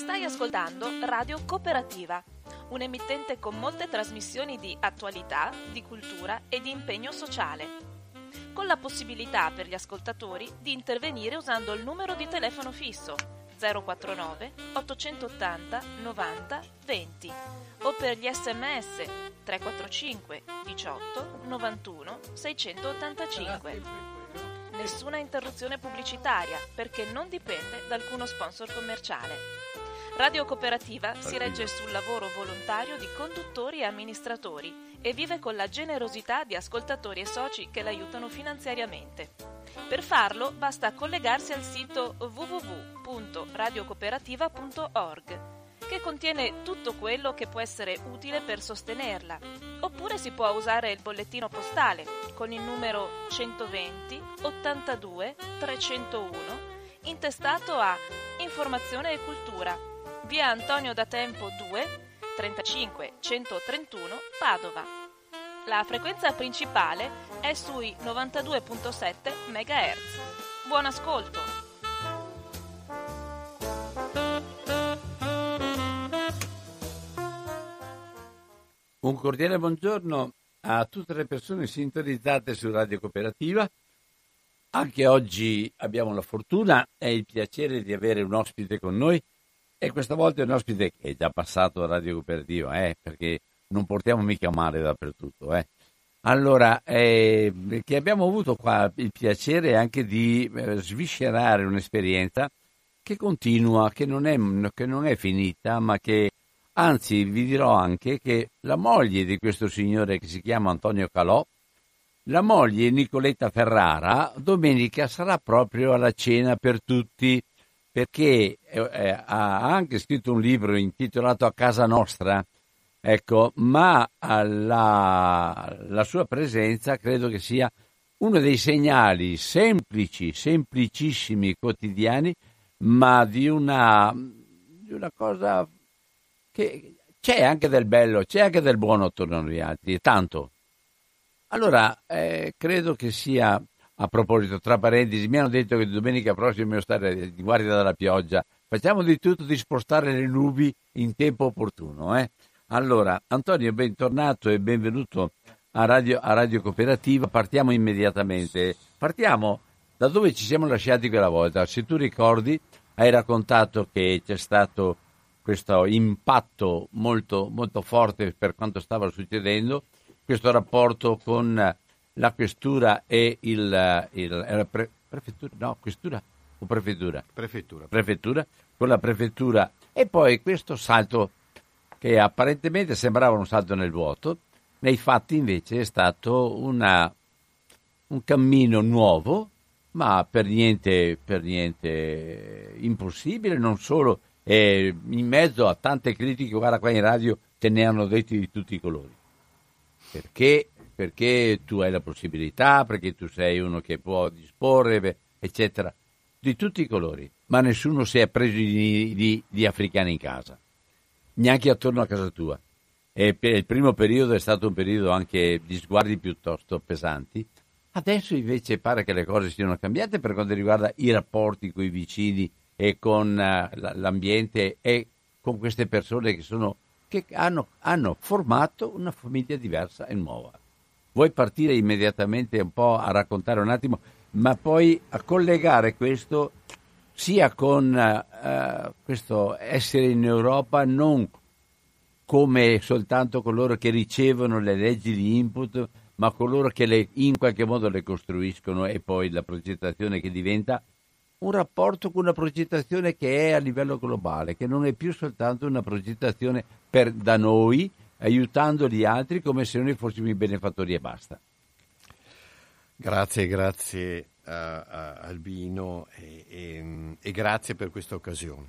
Stai ascoltando Radio Cooperativa, un emittente con molte trasmissioni di attualità, di cultura e di impegno sociale, con la possibilità per gli ascoltatori di intervenire usando il numero di telefono fisso 049 880 90 20 o per gli SMS 345 18 91 685. Nessuna interruzione pubblicitaria perché non dipende da alcuno sponsor commerciale. Radio Cooperativa si regge sul lavoro volontario di conduttori e amministratori e vive con la generosità di ascoltatori e soci che l'aiutano finanziariamente. Per farlo basta collegarsi al sito www.radiocooperativa.org, che contiene tutto quello che può essere utile per sostenerla, oppure si può usare il bollettino postale con il numero 120 82 301 intestato a Informazione e Cultura, via Antonio da Tempo 2 35 131 Padova. La frequenza principale è sui 92.7 MHz. Buon ascolto! Un cordiale buongiorno a tutte le persone sintonizzate su Radio Cooperativa. Anche oggi abbiamo la fortuna e il piacere di avere un ospite con noi, e questa volta è un ospite che è già passato a Radio Cooperativa, perché non portiamo mica male dappertutto. Allora, che abbiamo avuto qua il piacere anche di sviscerare un'esperienza che continua, che non è finita, ma che anzi, vi dirò anche che la moglie di questo signore che si chiama Antonio Calò, la moglie Nicoletta Ferrara, domenica sarà proprio alla cena per tutti, perché ha anche scritto un libro intitolato A Casa Nostra, ecco, ma la sua presenza credo che sia uno dei segnali semplici, semplicissimi, quotidiani, ma di una cosa che c'è anche del bello, c'è anche del buono attorno a noi altri, tanto. Allora, credo che sia, a proposito, tra parentesi, mi hanno detto che domenica prossima devo stare di guardia dalla pioggia, facciamo di tutto di spostare le nubi in tempo opportuno. Allora, Antonio, bentornato e benvenuto a Radio Cooperativa. Partiamo immediatamente, partiamo da dove ci siamo lasciati quella volta. Se tu ricordi, hai raccontato che c'è stato questo impatto molto, molto forte per quanto stava succedendo, questo rapporto con la questura e questura o prefettura? Prefettura, con la prefettura, e poi questo salto che apparentemente sembrava un salto nel vuoto, nei fatti invece è stato un cammino nuovo, ma per niente impossibile, non solo. E in mezzo a tante critiche, guarda, qua in radio te ne hanno detti di tutti i colori, perché tu hai la possibilità, perché tu sei uno che può disporre, eccetera, di tutti i colori, ma nessuno si è preso di africani in casa, neanche attorno a casa tua. E per il primo periodo è stato un periodo anche di sguardi piuttosto pesanti. Adesso invece pare che le cose siano cambiate per quanto riguarda i rapporti con i vicini e con l'ambiente e con queste persone che hanno formato una famiglia diversa e nuova. Vuoi partire immediatamente un po' a raccontare un attimo, ma poi a collegare questo sia con questo essere in Europa non come soltanto coloro che ricevono le leggi di input, ma coloro che in qualche modo le costruiscono, e poi la progettazione che diventa un rapporto con una progettazione che è a livello globale, che non è più soltanto una progettazione da noi, aiutando gli altri come se noi fossimo i benefattori e basta. Grazie a Albino e grazie per questa occasione.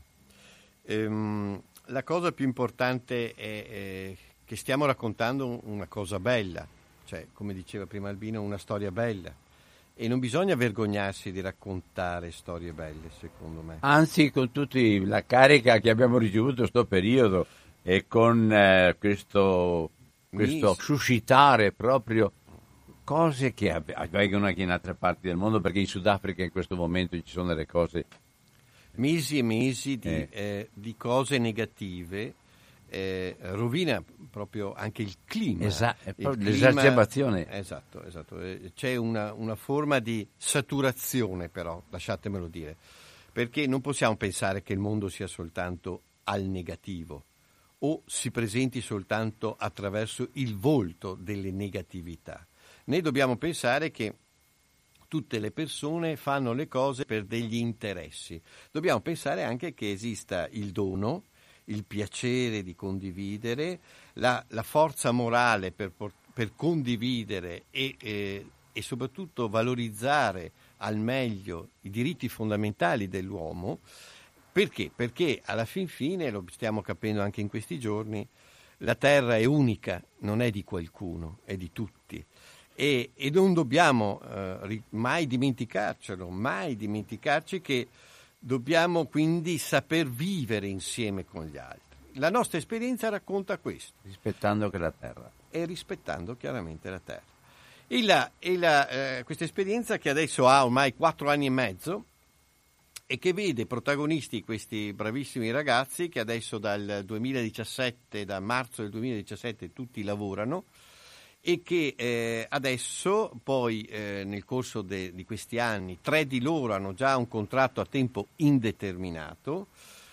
La cosa più importante è che stiamo raccontando una cosa bella, cioè, come diceva prima Albino, una storia bella. E non bisogna vergognarsi di raccontare storie belle, secondo me. Anzi, con tutta la carica che abbiamo ricevuto in questo periodo e con questo suscitare proprio cose che avvengono anche in altre parti del mondo, perché in Sudafrica in questo momento ci sono delle cose mesi e mesi di cose negative, rovina proprio anche il clima. L'esacerbazione. Esatto. C'è una forma di saturazione, però, lasciatemelo dire, perché non possiamo pensare che il mondo sia soltanto al negativo o si presenti soltanto attraverso il volto delle negatività. Noi dobbiamo pensare che tutte le persone fanno le cose per degli interessi. Dobbiamo pensare anche che esista il dono, il piacere di condividere, la forza morale per condividere e soprattutto valorizzare al meglio i diritti fondamentali dell'uomo. Perché? Perché alla fin fine, lo stiamo capendo anche in questi giorni, la terra è unica, non è di qualcuno, è di tutti. E non dobbiamo mai dimenticarci che dobbiamo quindi saper vivere insieme con gli altri. La nostra esperienza racconta questo. Rispettando anche la terra. E rispettando chiaramente la terra. Questa esperienza che adesso ha ormai 4 anni e mezzo e che vede protagonisti questi bravissimi ragazzi che adesso da marzo del 2017 tutti lavorano e che adesso poi nel corso di questi anni 3 di loro hanno già un contratto a tempo indeterminato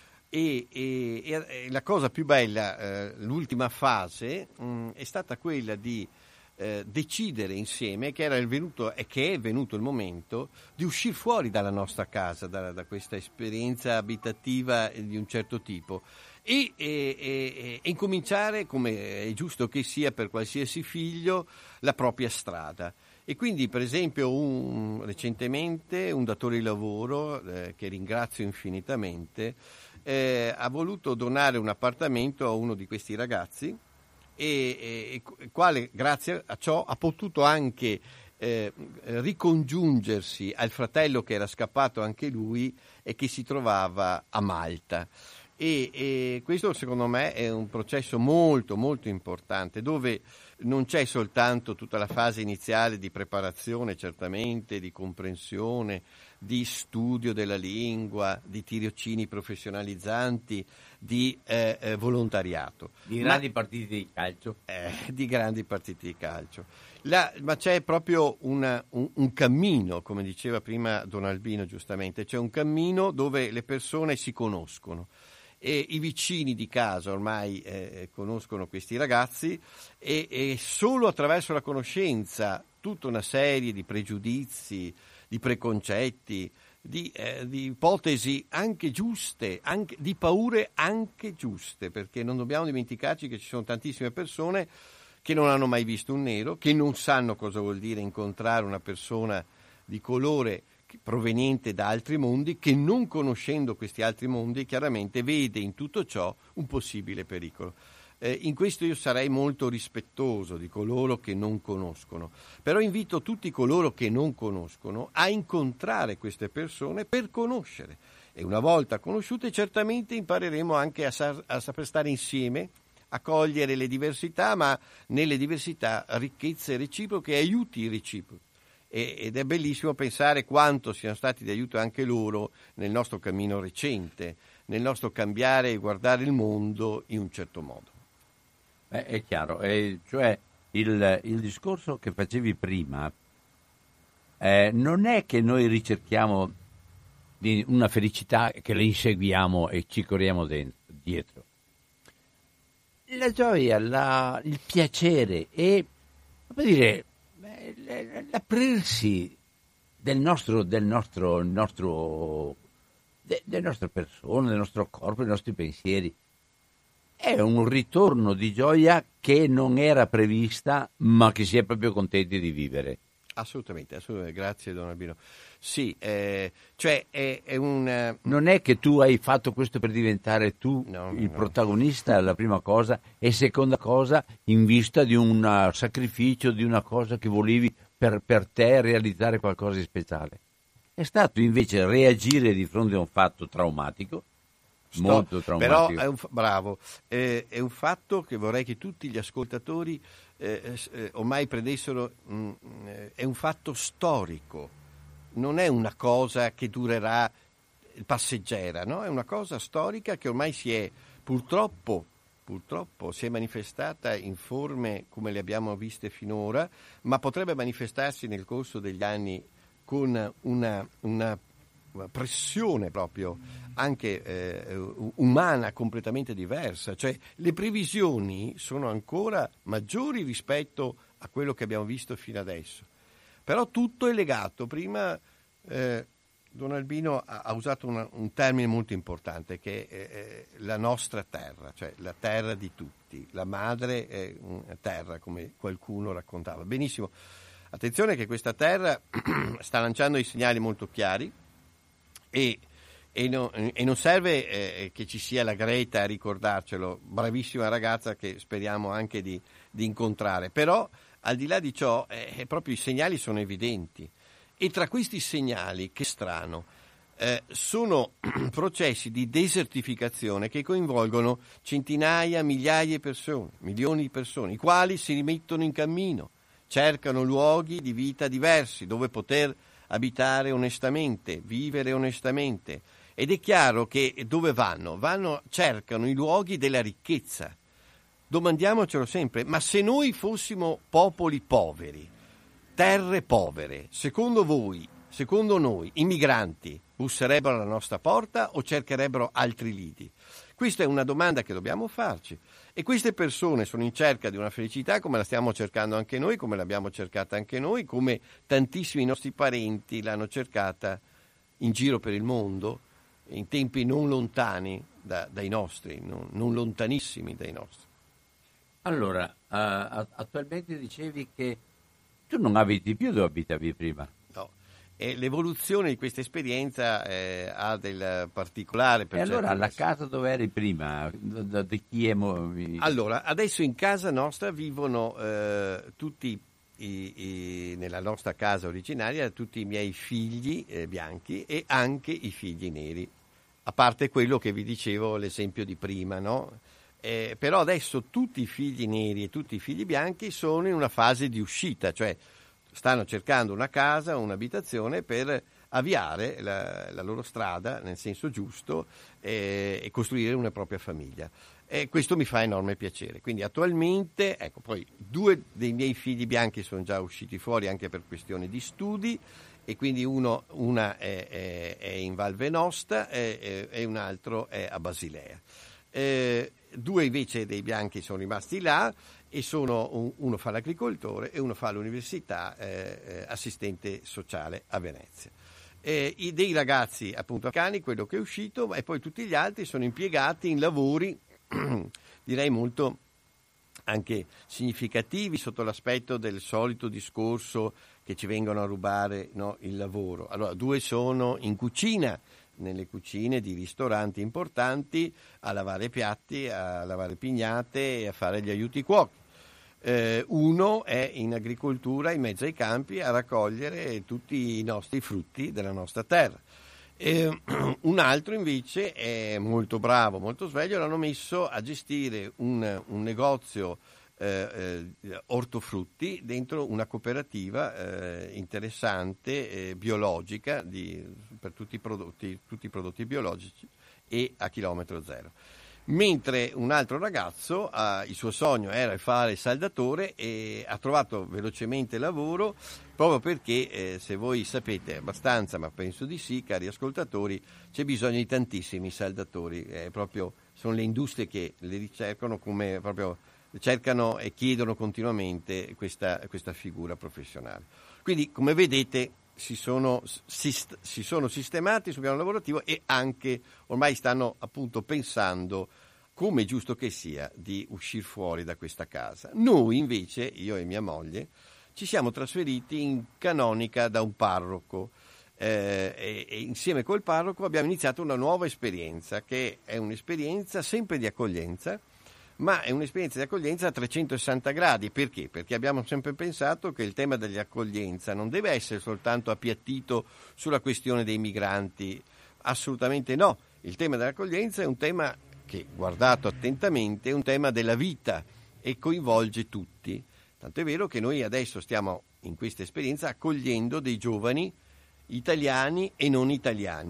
e la cosa più bella, l'ultima fase, è stata quella di decidere insieme che è venuto il momento di uscire fuori dalla nostra casa, da questa esperienza abitativa di un certo tipo e incominciare, come è giusto che sia per qualsiasi figlio, la propria strada. E quindi, per esempio, recentemente un datore di lavoro, che ringrazio infinitamente, ha voluto donare un appartamento a uno di questi ragazzi e quale, grazie a ciò, ha potuto anche ricongiungersi al fratello che era scappato anche lui e che si trovava a Malta. E questo secondo me è un processo molto molto importante, dove non c'è soltanto tutta la fase iniziale di preparazione, certamente, di comprensione, di studio della lingua, di tirocini professionalizzanti, di volontariato. Di grandi partite di calcio. Di grandi partite di calcio. Ma c'è proprio un cammino, come diceva prima Don Albino giustamente, c'è un cammino dove le persone si conoscono. E i vicini di casa ormai conoscono questi ragazzi e solo attraverso la conoscenza tutta una serie di pregiudizi, di preconcetti, di ipotesi anche giuste, di paure anche giuste, perché non dobbiamo dimenticarci che ci sono tantissime persone che non hanno mai visto un nero, che non sanno cosa vuol dire incontrare una persona di colore proveniente da altri mondi, che non conoscendo questi altri mondi chiaramente vede in tutto ciò un possibile pericolo. In questo io sarei molto rispettoso di coloro che non conoscono, però invito tutti coloro che non conoscono a incontrare queste persone per conoscere, e una volta conosciute certamente impareremo anche a saper stare insieme, a cogliere le diversità, ma nelle diversità ricchezze reciproche e aiuti reciproci. Ed è bellissimo pensare quanto siano stati di aiuto anche loro nel nostro cammino recente, nel nostro cambiare e guardare il mondo in un certo modo. È chiaro, cioè il discorso che facevi prima non è che noi ricerchiamo una felicità che la inseguiamo e ci corriamo dietro. La gioia, il piacere e, come dire, l'aprirsi delle nostre persone, del nostro corpo, dei nostri pensieri, è un ritorno di gioia che non era prevista, ma che si è proprio contenti di vivere. Assolutamente, grazie Don Albino. Sì, cioè è un... Non è che tu hai fatto questo per diventare tu il protagonista, la prima cosa, e seconda cosa, in vista di un sacrificio, di una cosa che volevi per te realizzare qualcosa di speciale. È stato invece reagire di fronte a un fatto traumatico, molto traumatico. Però è un fatto che vorrei che tutti gli ascoltatori ormai prendessero, è un fatto storico, non è una cosa che durerà passeggera, no? È una cosa storica che ormai si è purtroppo si è manifestata in forme come le abbiamo viste finora, ma potrebbe manifestarsi nel corso degli anni con una pressione proprio anche umana completamente diversa, cioè le previsioni sono ancora maggiori rispetto a quello che abbiamo visto fino adesso, però tutto è legato. Prima Don Albino ha usato un termine molto importante che è la nostra terra, cioè la terra di tutti, la madre è una terra, come qualcuno raccontava. Benissimo, attenzione che questa terra sta lanciando dei segnali molto chiari e non serve che ci sia la Greta a ricordarcelo, bravissima ragazza che speriamo anche di incontrare, però al di là di ciò proprio i segnali sono evidenti. E tra questi segnali, che strano, sono processi di desertificazione che coinvolgono centinaia, migliaia di persone, milioni di persone, i quali si rimettono in cammino, cercano luoghi di vita diversi, dove poter abitare onestamente, vivere onestamente. Ed è chiaro che dove cercano i luoghi della ricchezza. Domandiamocelo sempre, ma se noi fossimo popoli poveri, terre povere, secondo voi, secondo noi, i migranti busserebbero alla nostra porta o cercherebbero altri lidi? Questa è una domanda che dobbiamo farci. E queste persone sono in cerca di una felicità come la stiamo cercando anche noi, come l'abbiamo cercata anche noi, come tantissimi nostri parenti l'hanno cercata in giro per il mondo, in tempi non lontani dai nostri, non lontanissimi dai nostri. Allora, attualmente dicevi che tu non abiti più dove abitavi prima. No, e l'evoluzione di questa esperienza ha del particolare. E allora la casa dove eri prima, di chi è? Allora, adesso in casa nostra vivono tutti, nella nostra casa originaria, tutti i miei figli bianchi e anche i figli neri, a parte quello che vi dicevo, l'esempio di prima, no? Però adesso tutti i figli neri e tutti i figli bianchi sono in una fase di uscita, cioè stanno cercando una casa, un'abitazione per avviare la loro strada nel senso giusto e costruire una propria famiglia. E questo mi fa enorme piacere. Quindi attualmente, ecco, poi 2 dei miei figli bianchi sono già usciti fuori anche per questioni di studi, e quindi una è in Val Venosta e un altro è a Basilea. 2 invece dei bianchi sono rimasti là e uno fa l'agricoltore e uno fa l'università, assistente sociale a Venezia. Dei ragazzi appunto africani, quello che è uscito, e poi tutti gli altri sono impiegati in lavori direi molto anche significativi sotto l'aspetto del solito discorso che ci vengono a rubare, no, il lavoro. Allora 2 sono in cucina, nelle cucine di ristoranti importanti, a lavare piatti, a lavare pignate e a fare gli aiuti cuochi. Uno è in agricoltura in mezzo ai campi a raccogliere tutti i nostri frutti della nostra terra. Un altro invece è molto bravo, molto sveglio, l'hanno messo a gestire un negozio ortofrutti dentro una cooperativa interessante, biologica, per tutti i prodotti biologici e a chilometro zero. Mentre un altro ragazzo, il suo sogno era fare il saldatore e ha trovato velocemente lavoro, proprio perché, se voi sapete abbastanza, ma penso di sì, cari ascoltatori, c'è bisogno di tantissimi saldatori, sono le industrie che le ricercano come proprio cercano e chiedono continuamente questa figura professionale. Quindi, come vedete, si sono sistemati sul piano lavorativo e anche ormai stanno appunto pensando, come è giusto che sia, di uscire fuori da questa casa. Noi invece, io e mia moglie, ci siamo trasferiti in Canonica da un parroco e insieme col parroco abbiamo iniziato una nuova esperienza, che è un'esperienza sempre di accoglienza, ma è un'esperienza di accoglienza a 360 gradi. Perché? Perché abbiamo sempre pensato che il tema dell'accoglienza non deve essere soltanto appiattito sulla questione dei migranti, assolutamente no. Il tema dell'accoglienza è un tema che, guardato attentamente, è un tema della vita e coinvolge tutti. Tanto è vero che noi adesso stiamo in questa esperienza accogliendo dei giovani italiani e non italiani,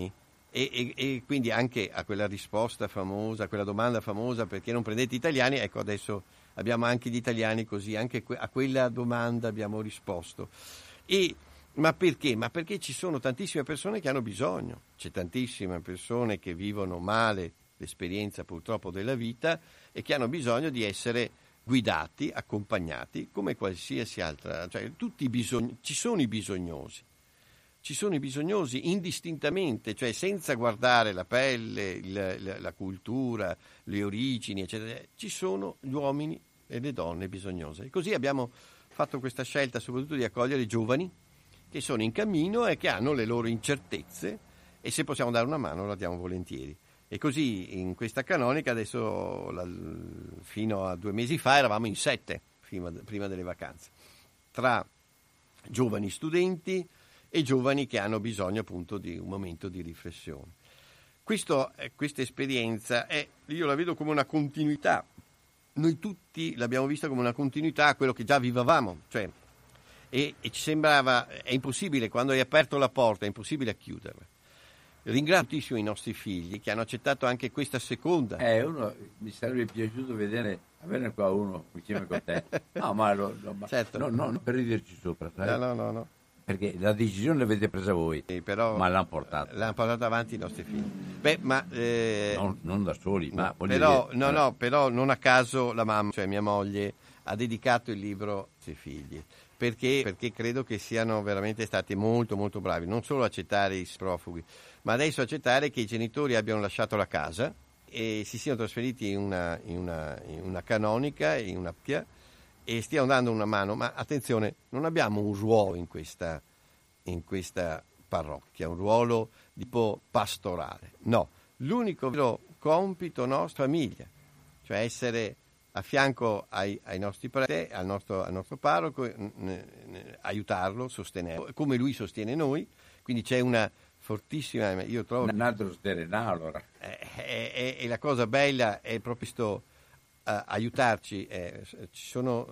E quindi anche a quella risposta famosa, a quella domanda famosa, perché non prendete italiani, ecco adesso abbiamo anche gli italiani così, anche a quella domanda abbiamo risposto. Ma perché? Ma perché ci sono tantissime persone che hanno bisogno, c'è tantissime persone che vivono male l'esperienza purtroppo della vita e che hanno bisogno di essere guidati, accompagnati come qualsiasi altra, cioè ci sono i bisognosi. Ci sono i bisognosi indistintamente, cioè senza guardare la pelle, la cultura, le origini, eccetera. Ci sono gli uomini e le donne bisognose. E così abbiamo fatto questa scelta soprattutto di accogliere i giovani che sono in cammino e che hanno le loro incertezze e se possiamo dare una mano la diamo volentieri. E così in questa canonica adesso fino a 2 mesi fa eravamo in 7 prima delle vacanze, tra giovani studenti e giovani che hanno bisogno appunto di un momento di riflessione. Questa esperienza io la vedo come una continuità, noi tutti l'abbiamo vista come una continuità a quello che già vivevamo, cioè, e ci sembrava, è impossibile, quando hai aperto la porta è impossibile chiuderla. Ringrazio tantissimo i nostri figli che hanno accettato anche questa seconda. Mi sarebbe piaciuto averne qua uno insieme con te. No, ma certo. non per riderci sopra. No. Perché la decisione l'avete presa voi, però ma l'hanno portata. L'hanno portata avanti i nostri figli. Non da soli, ma però non a caso la mamma, cioè mia moglie, ha dedicato il libro ai suoi figli. Perché credo che siano veramente stati molto molto bravi, non solo a accettare i profughi, ma adesso accettare che i genitori abbiano lasciato la casa e si siano trasferiti in una canonica, in una pia, e stiano dando una mano. Ma attenzione, non abbiamo un ruolo in questa parrocchia, un ruolo tipo pastorale, no, l'unico vero compito nostro è famiglia, cioè essere a fianco ai nostri preti, al nostro parroco, aiutarlo, sostenerlo, come lui sostiene noi, quindi c'è una fortissima, io trovo... Un altro serenà allora. E la cosa bella è proprio questo aiutarci, sono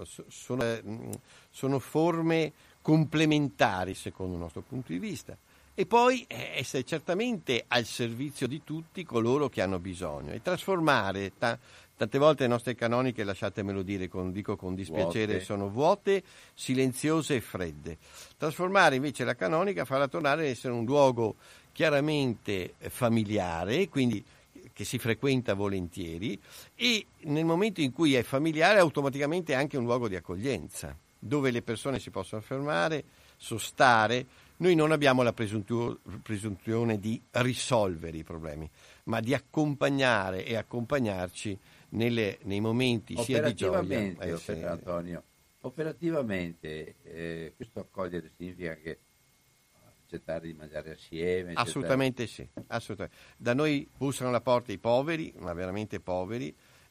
forme complementari secondo il nostro punto di vista. E poi essere certamente al servizio di tutti coloro che hanno bisogno e trasformare... Tante volte le nostre canoniche, lasciatemelo dire, dico con dispiacere, vuote. Sono vuote, silenziose e fredde. Trasformare invece la canonica, farla tornare ad essere un luogo chiaramente familiare, quindi che si frequenta volentieri, e nel momento in cui è familiare automaticamente è anche un luogo di accoglienza, dove le persone si possono fermare, sostare. Noi non abbiamo la presunzione di risolvere i problemi, ma di accompagnare e accompagnarci nei momenti sia di gioia. Antonio, operativamente questo accogliere significa che accettare di mangiare assieme? Assolutamente sì, assolutamente. Da noi bussano alla porta i poveri, ma veramente poveri,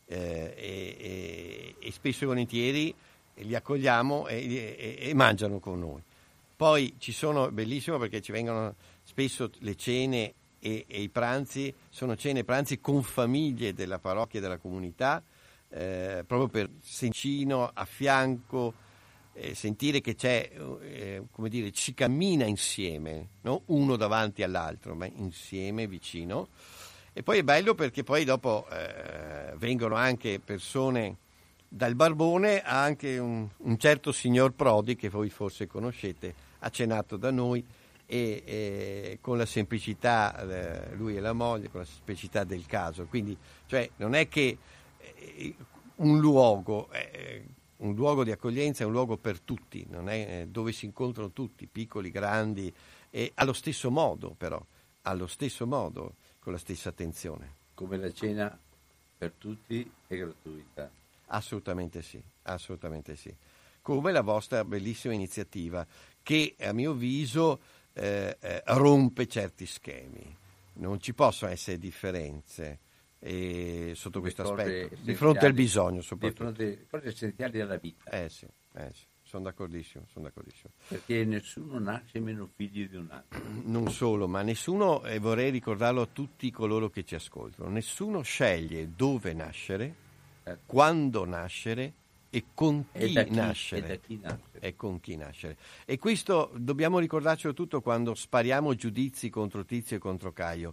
e spesso e volentieri li accogliamo e mangiano con noi. Poi ci sono, bellissimo perché ci vengono spesso le cene e i pranzi, sono cene e pranzi con famiglie della parrocchia e della comunità, proprio per vicino, a fianco, sentire che c'è, come dire, ci cammina insieme, no? Uno davanti all'altro, ma insieme, vicino. E poi è bello perché poi dopo vengono anche persone dal Barbone, anche un certo signor Prodi, che voi forse conoscete, ha cenato da noi e con la semplicità, lui e la moglie, con la semplicità del caso. Quindi, cioè, non è che un luogo di accoglienza è un luogo per tutti, non è dove si incontrano tutti, piccoli, grandi, e allo stesso modo però, con la stessa attenzione. Come la cena per tutti è gratuita. Assolutamente sì. Come la vostra bellissima iniziativa, che a mio avviso rompe certi schemi. Non ci possono essere differenze sotto questo aspetto, di fronte al bisogno soprattutto. Di fronte alle cose essenziali della vita. Sì, sono d'accordissimo. Perché nessuno nasce meno figlio di un altro. Non solo, ma nessuno, e vorrei ricordarlo a tutti coloro che ci ascoltano, nessuno sceglie dove nascere, quando nascere e con chi da chi nascere. nascere. E con chi nascere. E questo dobbiamo ricordarcelo tutto quando spariamo giudizi contro Tizio e contro Caio.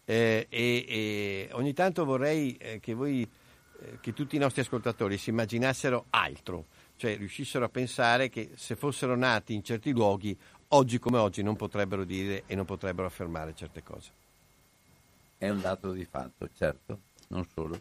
E ogni tanto vorrei che tutti i nostri ascoltatori si immaginassero altro, cioè riuscissero a pensare che se fossero nati in certi luoghi, oggi come oggi non potrebbero dire e non potrebbero affermare certe cose. È un dato di fatto, certo, non solo.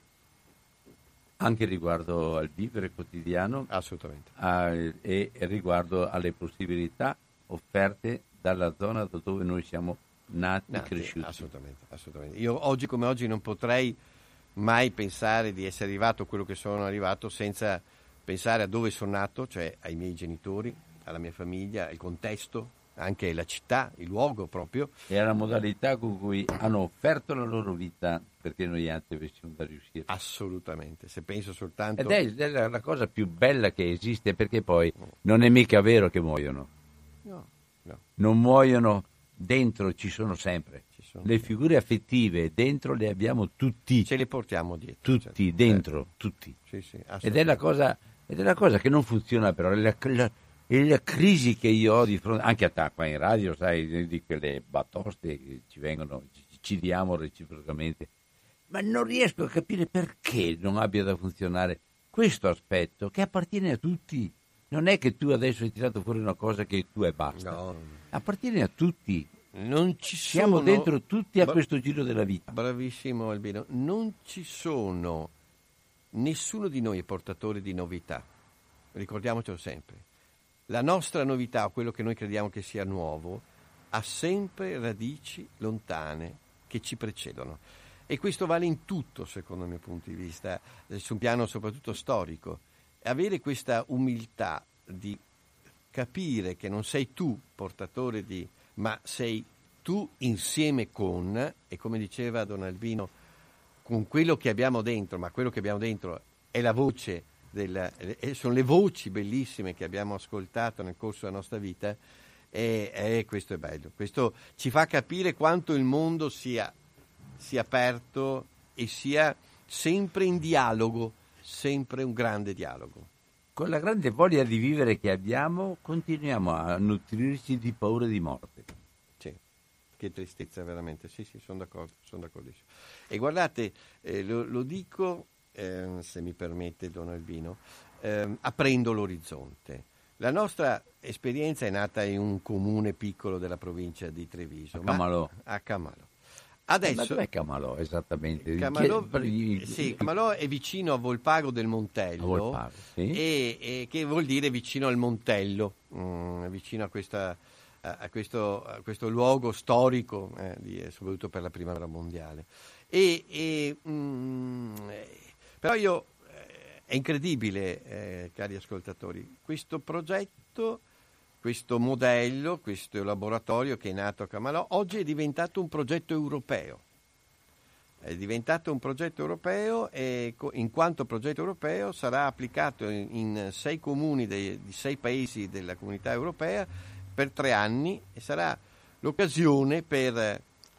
Anche riguardo al vivere quotidiano. Assolutamente. E riguardo alle possibilità offerte dalla zona da dove noi siamo nati e cresciuti. Assolutamente. Io oggi come oggi non potrei mai pensare di essere arrivato a quello che sono arrivato senza pensare a dove sono nato, cioè ai miei genitori, alla mia famiglia, il contesto, anche la città, il luogo proprio. E alla modalità con cui hanno offerto la loro vita perché noi altri avessimo da riuscire. Assolutamente, se penso soltanto... Ed è la cosa più bella che esiste, perché poi non è mica vero che muoiono. No. Non muoiono, dentro ci sono sempre. Le sempre. figure affettive dentro le abbiamo tutti. Ce le portiamo dietro. Tutti, certo. Dentro, tutti. Sì, ed è la cosa che non funziona, però è la crisi che io ho di fronte, anche a te qua in radio, sai, di quelle batoste che ci vengono, ci diamo reciprocamente, ma non riesco a capire perché non abbia da funzionare questo aspetto che appartiene a tutti. Non è che tu adesso hai tirato fuori una cosa che tu e basta, No. appartiene a tutti. Non ci Siamo sono... dentro tutti a questo giro della vita. Bravissimo Albino, non ci sono, nessuno di noi è portatore di novità, ricordiamocelo sempre. La nostra novità, o quello che noi crediamo che sia nuovo, ha sempre radici lontane che ci precedono. E questo vale in tutto, secondo il mio punto di vista, su un piano soprattutto storico. Avere questa umiltà di capire che non sei tu portatore di, ma sei tu insieme con, e come diceva Don Albino, con quello che abbiamo dentro, ma quello che abbiamo dentro è la voce, sono le voci bellissime che abbiamo ascoltato nel corso della nostra vita, e questo è bello. Questo ci fa capire quanto il mondo sia aperto e sia sempre in dialogo, sempre un grande dialogo. Con la grande voglia di vivere che abbiamo, continuiamo a nutrirci di paura di morte. Sì, che tristezza veramente. Sì, sono d'accordissimo. E guardate, lo dico, se mi permette Don Albino, aprendo l'orizzonte. La nostra esperienza è nata in un comune piccolo della provincia di Treviso. A Camalò. Adesso, ma dov'è Camalò esattamente? Camalò è vicino a Volpago del Montello, sì. e che vuol dire vicino al Montello, vicino a questo luogo storico, soprattutto per la Prima Guerra Mondiale. Però è incredibile, cari ascoltatori, questo progetto, questo modello, questo laboratorio che è nato a Camalò, oggi è diventato un progetto europeo. È diventato un progetto europeo e in quanto progetto europeo sarà applicato in 6 comuni di 6 paesi della comunità europea per 3 anni e sarà l'occasione per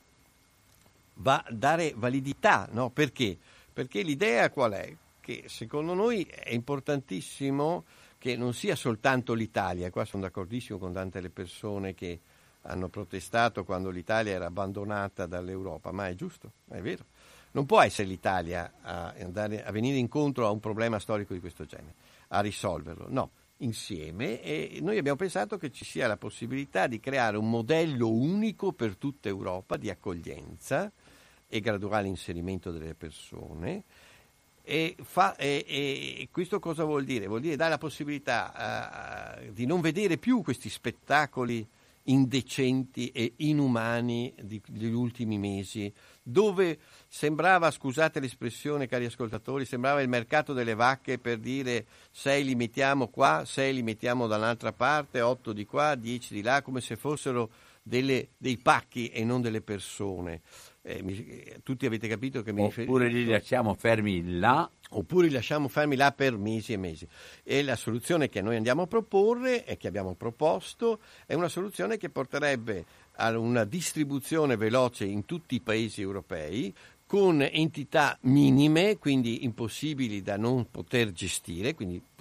dare validità, no? Perché? Perché l'idea qual è? Che secondo noi è importantissimo che non sia soltanto l'Italia, qua sono d'accordissimo con tante le persone che hanno protestato quando l'Italia era abbandonata dall'Europa, ma è giusto, è vero. Non può essere l'Italia a venire incontro a un problema storico di questo genere, a risolverlo, no, insieme. E noi abbiamo pensato che ci sia la possibilità di creare un modello unico per tutta Europa di accoglienza e graduale inserimento delle persone. E questo cosa vuol dire? Vuol dire dare la possibilità di non vedere più questi spettacoli indecenti e inumani degli ultimi mesi, dove sembrava, scusate l'espressione cari ascoltatori, sembrava il mercato delle vacche per dire 6 li mettiamo qua, 6 li mettiamo da un'altra parte, 8 di qua, 10 di là, come se fossero dei pacchi e non delle persone. Tutti avete capito che mi riferisco? Oppure li lasciamo fermi là. Oppure li lasciamo fermi là per mesi e mesi. E la soluzione che noi andiamo a proporre e che abbiamo proposto è una soluzione che porterebbe a una distribuzione veloce in tutti i paesi europei con entità minime, quindi impossibili da non poter gestire, quindi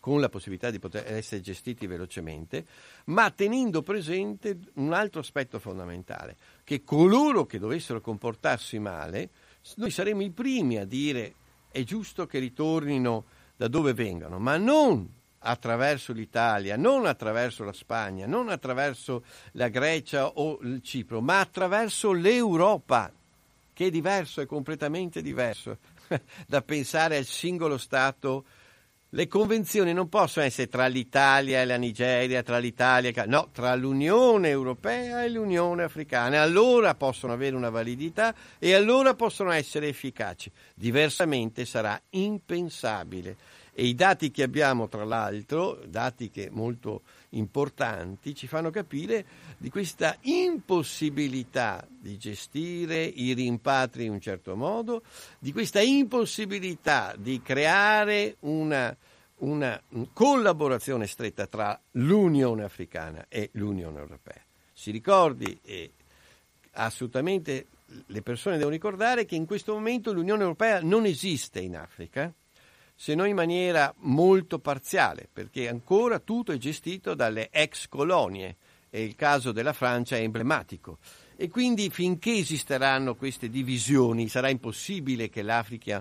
con la possibilità di poter essere gestiti velocemente, ma tenendo presente un altro aspetto fondamentale, che coloro che dovessero comportarsi male, noi saremo i primi a dire è giusto che ritornino da dove vengono, ma non attraverso l'Italia, non attraverso la Spagna, non attraverso la Grecia o il Cipro, ma attraverso l'Europa, che è diverso, è completamente diverso da pensare al singolo Stato. Le convenzioni non possono essere tra l'Italia e la Nigeria, tra l'Italia no, tra l'Unione Europea e l'Unione Africana. Allora possono avere una validità e allora possono essere efficaci. Diversamente sarà impensabile. E i dati che abbiamo, tra l'altro, dati che molto importanti, ci fanno capire di questa impossibilità di gestire i rimpatri in un certo modo, di questa impossibilità di creare una collaborazione stretta tra l'Unione Africana e l'Unione Europea. Si ricordi, assolutamente le persone devono ricordare che in questo momento l'Unione Europea non esiste in Africa, se non in maniera molto parziale, perché ancora tutto è gestito dalle ex colonie e il caso della Francia è emblematico. E quindi finché esisteranno queste divisioni sarà impossibile che l'Africa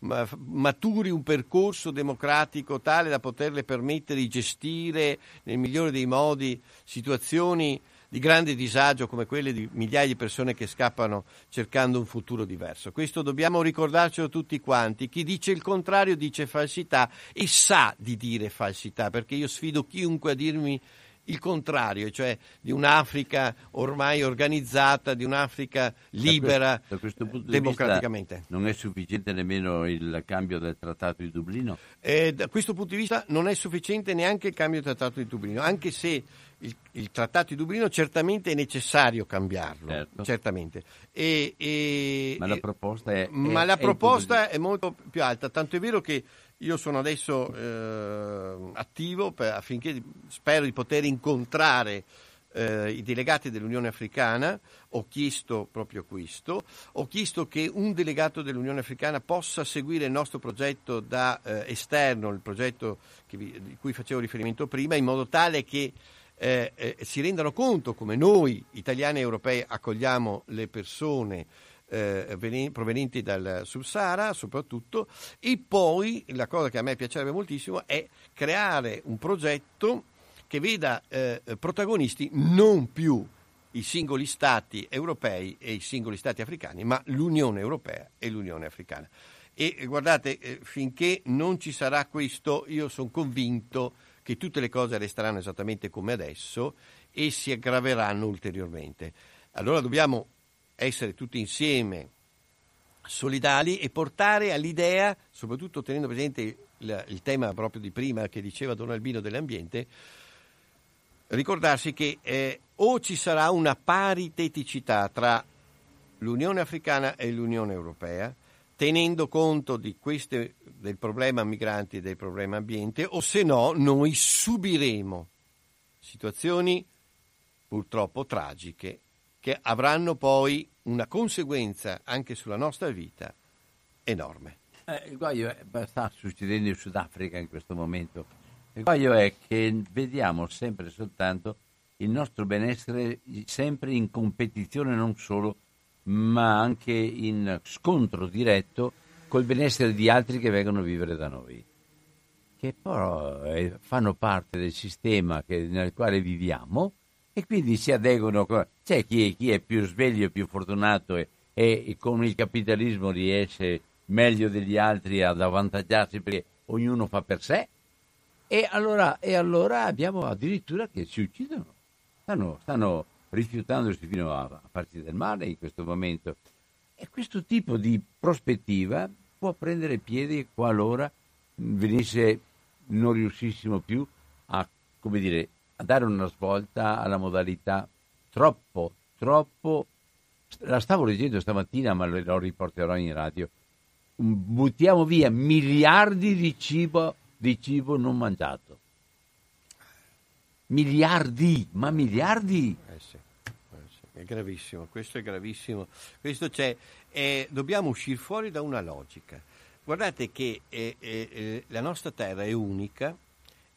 maturi un percorso democratico tale da poterle permettere di gestire nel migliore dei modi situazioni di grande disagio come quelle di migliaia di persone che scappano cercando un futuro diverso. Questo dobbiamo ricordarcelo tutti quanti. Chi dice il contrario dice falsità e sa di dire falsità, perché io sfido chiunque a dirmi il contrario, cioè di un'Africa ormai organizzata, di un'Africa libera, da questo punto democraticamente. Di vista non è sufficiente nemmeno il cambio del Trattato di Dublino? Da questo punto di vista non è sufficiente neanche il cambio del Trattato di Dublino, anche se il Trattato di Dublino certamente è necessario cambiarlo, certo. Certamente. Ma la proposta è molto più alta, tanto è vero che io sono adesso attivo affinché spero di poter incontrare i delegati dell'Unione Africana. Ho chiesto proprio questo, ho chiesto che un delegato dell'Unione Africana possa seguire il nostro progetto da esterno, il progetto di cui facevo riferimento prima, in modo tale che si rendano conto come noi italiani e europei accogliamo le persone provenienti dal Sub-Sahara soprattutto, e poi la cosa che a me piacerebbe moltissimo è creare un progetto che veda protagonisti non più i singoli stati europei e i singoli stati africani, ma l'Unione Europea e l'Unione Africana. E guardate, finché non ci sarà questo, io sono convinto che tutte le cose resteranno esattamente come adesso e si aggraveranno ulteriormente. Allora dobbiamo essere tutti insieme solidali e portare all'idea, soprattutto tenendo presente il tema proprio di prima che diceva Don Albino dell'ambiente, ricordarsi che o ci sarà una pariteticità tra l'Unione Africana e l'Unione Europea, tenendo conto di del problema migranti e del problema ambiente, o se no noi subiremo situazioni purtroppo tragiche che avranno poi una conseguenza anche sulla nostra vita enorme. Il guaio sta succedendo in Sudafrica in questo momento. Il guaio è che vediamo sempre soltanto il nostro benessere sempre in competizione non solo, ma anche in scontro diretto col benessere di altri che vengono a vivere da noi, che però fanno parte del sistema nel quale viviamo e quindi si adeguano. C'è chi è più sveglio, più fortunato e con il capitalismo riesce meglio degli altri ad avvantaggiarsi perché ognuno fa per sé, e allora abbiamo addirittura che si uccidono, stanno rifiutandosi fino a farsi del male in questo momento. E questo tipo di prospettiva può prendere piede qualora non riuscissimo più a dare una svolta alla modalità troppo, la stavo leggendo stamattina ma lo riporterò in radio, buttiamo via miliardi di cibo non mangiato. Miliardi. Sì. È gravissimo, questo è gravissimo. Questo dobbiamo uscire fuori da una logica. Guardate che la nostra terra è unica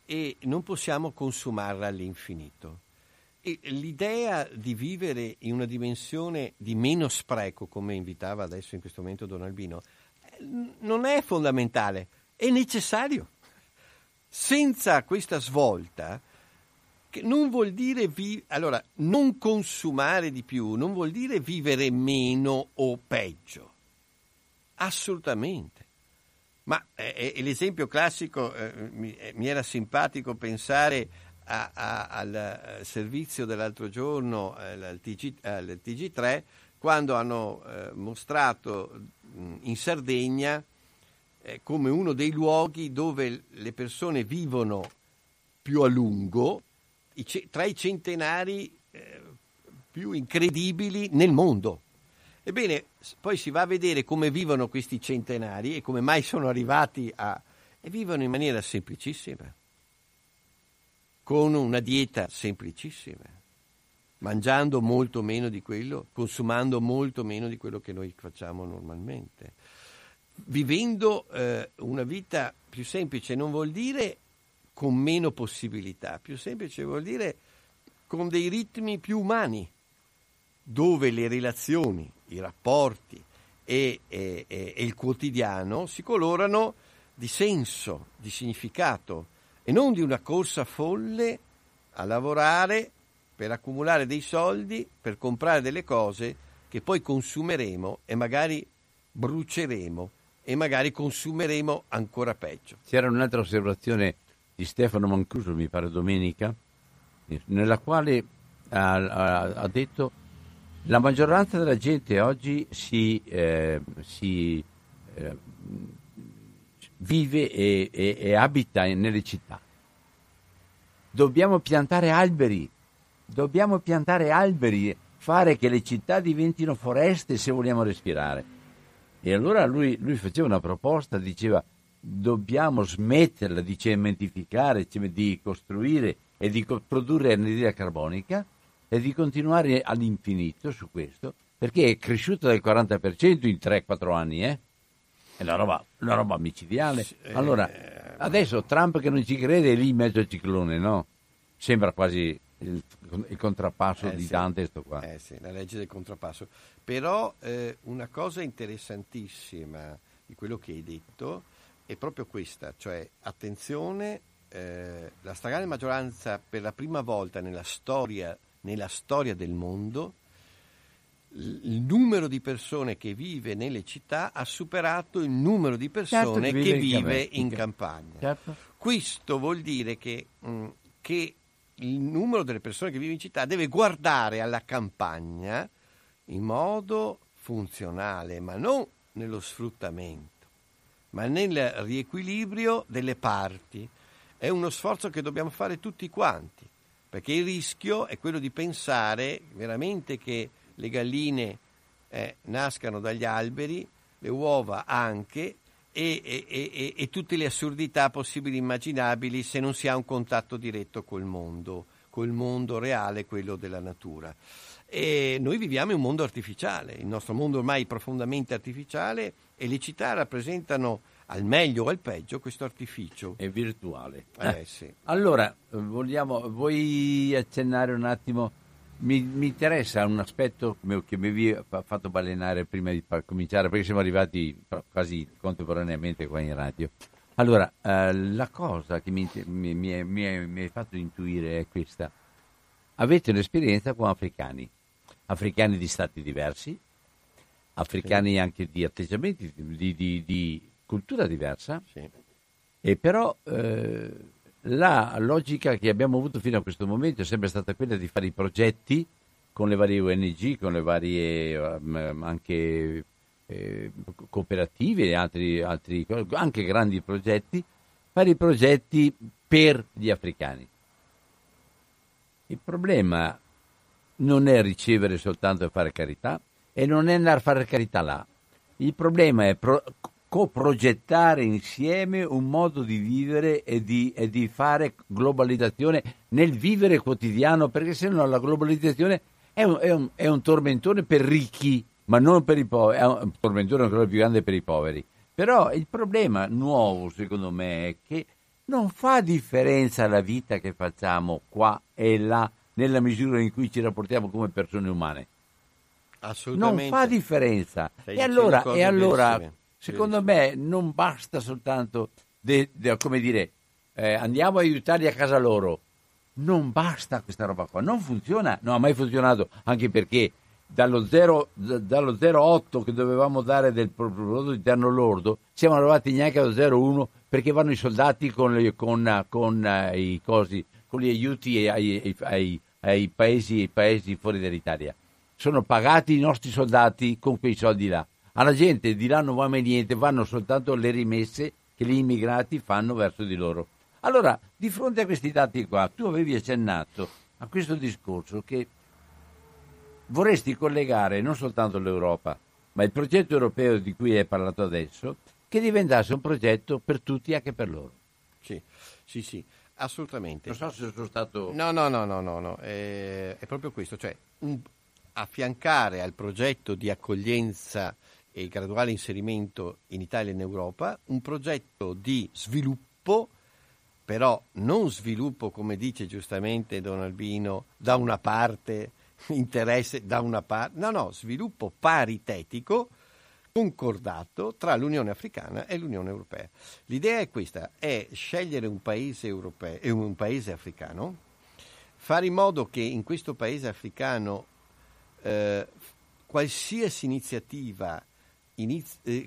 e non possiamo consumarla all'infinito. E l'idea di vivere in una dimensione di meno spreco, come invitava adesso in questo momento Don Albino, non è fondamentale, è necessario. Senza questa svolta, che non vuol dire allora, non consumare di più, non vuol dire vivere meno o peggio. Assolutamente. Ma l'esempio classico, mi era simpatico pensare al servizio dell'altro giorno al TG3, quando hanno mostrato in Sardegna come uno dei luoghi dove le persone vivono più a lungo, tra i centenari più incredibili nel mondo. Ebbene, poi si va a vedere come vivono questi centenari e come mai sono arrivati e vivono in maniera semplicissima, con una dieta semplicissima, mangiando molto meno di quello, consumando molto meno di quello che noi facciamo normalmente, vivendo una vita più semplice. Non vuol dire con meno possibilità, più semplice vuol dire con dei ritmi più umani, dove le relazioni, i rapporti e il quotidiano si colorano di senso, di significato, e non di una corsa folle a lavorare per accumulare dei soldi, per comprare delle cose che poi consumeremo e magari bruceremo e magari consumeremo ancora peggio. C'era un'altra osservazione di Stefano Mancuso, mi pare domenica, nella quale ha detto: la maggioranza della gente oggi si vive e abita nelle città. Dobbiamo piantare alberi, fare che le città diventino foreste se vogliamo respirare. E allora lui faceva una proposta, diceva: dobbiamo smetterla di cementificare, di costruire e di produrre anidride carbonica e di continuare all'infinito su questo, perché è cresciuta del 40% in 3-4 anni, È una roba micidiale. Allora, adesso Trump che non ci crede è lì in mezzo al ciclone, no? Sembra quasi il contrappasso di Dante, sto qua. Sì, la legge del contrappasso. Però una cosa interessantissima di quello che hai detto è proprio questa, cioè attenzione, la stragrande maggioranza, per la prima volta nella storia del mondo, il numero di persone che vive nelle città ha superato il numero di persone che vive in campagna. Certo. Questo vuol dire che il numero delle persone che vive in città deve guardare alla campagna in modo funzionale, ma non nello sfruttamento, ma nel riequilibrio delle parti. È uno sforzo che dobbiamo fare tutti quanti, perché il rischio è quello di pensare veramente che le galline nascano dagli alberi, le uova anche, e tutte le assurdità possibili e immaginabili se non si ha un contatto diretto col mondo reale, quello della natura. E noi viviamo in un mondo artificiale, il nostro mondo ormai è profondamente artificiale, e le città rappresentano al meglio o al peggio questo artificio. È virtuale. Sì. Allora, vuoi accennare un attimo? Mi interessa un aspetto che mi ha fatto balenare prima di cominciare, perché siamo arrivati quasi contemporaneamente qua in radio. Allora, la cosa che mi hai fatto intuire è questa: avete un'esperienza con africani di stati diversi, africani anche di atteggiamenti, di cultura diversa, sì. E però la logica che abbiamo avuto fino a questo momento è sempre stata quella di fare i progetti con le varie ONG, con le varie anche cooperative, altri anche grandi progetti, fare i progetti per gli africani. Il problema non è ricevere soltanto e fare carità, e non è andare a fare carità là. Il problema è coprogettare insieme un modo di vivere e di fare globalizzazione nel vivere quotidiano, perché se no la globalizzazione è un tormentone per ricchi, ma non per i poveri. È un tormentone ancora più grande per i poveri. Però il problema nuovo, secondo me, è che non fa differenza la vita che facciamo qua e là, nella misura in cui ci rapportiamo come persone umane. Assolutamente. Non fa differenza. E allora secondo me non basta soltanto come dire, andiamo a aiutarli a casa loro. Non basta questa roba qua, non funziona, non ha mai funzionato, anche perché dallo 0,8 che dovevamo dare del prodotto interno lordo siamo arrivati neanche allo 0,1 perché vanno i soldati con gli aiuti ai paesi fuori dall'Italia. Sono pagati i nostri soldati con quei soldi là. Alla gente di là non va mai niente, vanno soltanto le rimesse che gli immigrati fanno verso di loro. Allora, di fronte a questi dati qua, tu avevi accennato a questo discorso che vorresti collegare non soltanto l'Europa, ma il progetto europeo di cui hai parlato adesso, che diventasse un progetto per tutti, anche per loro. Sì, assolutamente. Non so se sono stato... No, è proprio questo, cioè affiancare al progetto di accoglienza e graduale inserimento in Italia e in Europa un progetto di sviluppo, però non sviluppo, come dice giustamente Don Albino, da una parte, interesse da una parte, no, sviluppo paritetico, concordato tra l'Unione Africana e l'Unione Europea. L'idea è questa, è scegliere un paese europeo e un paese africano, fare in modo che in questo paese africano qualsiasi iniziativa di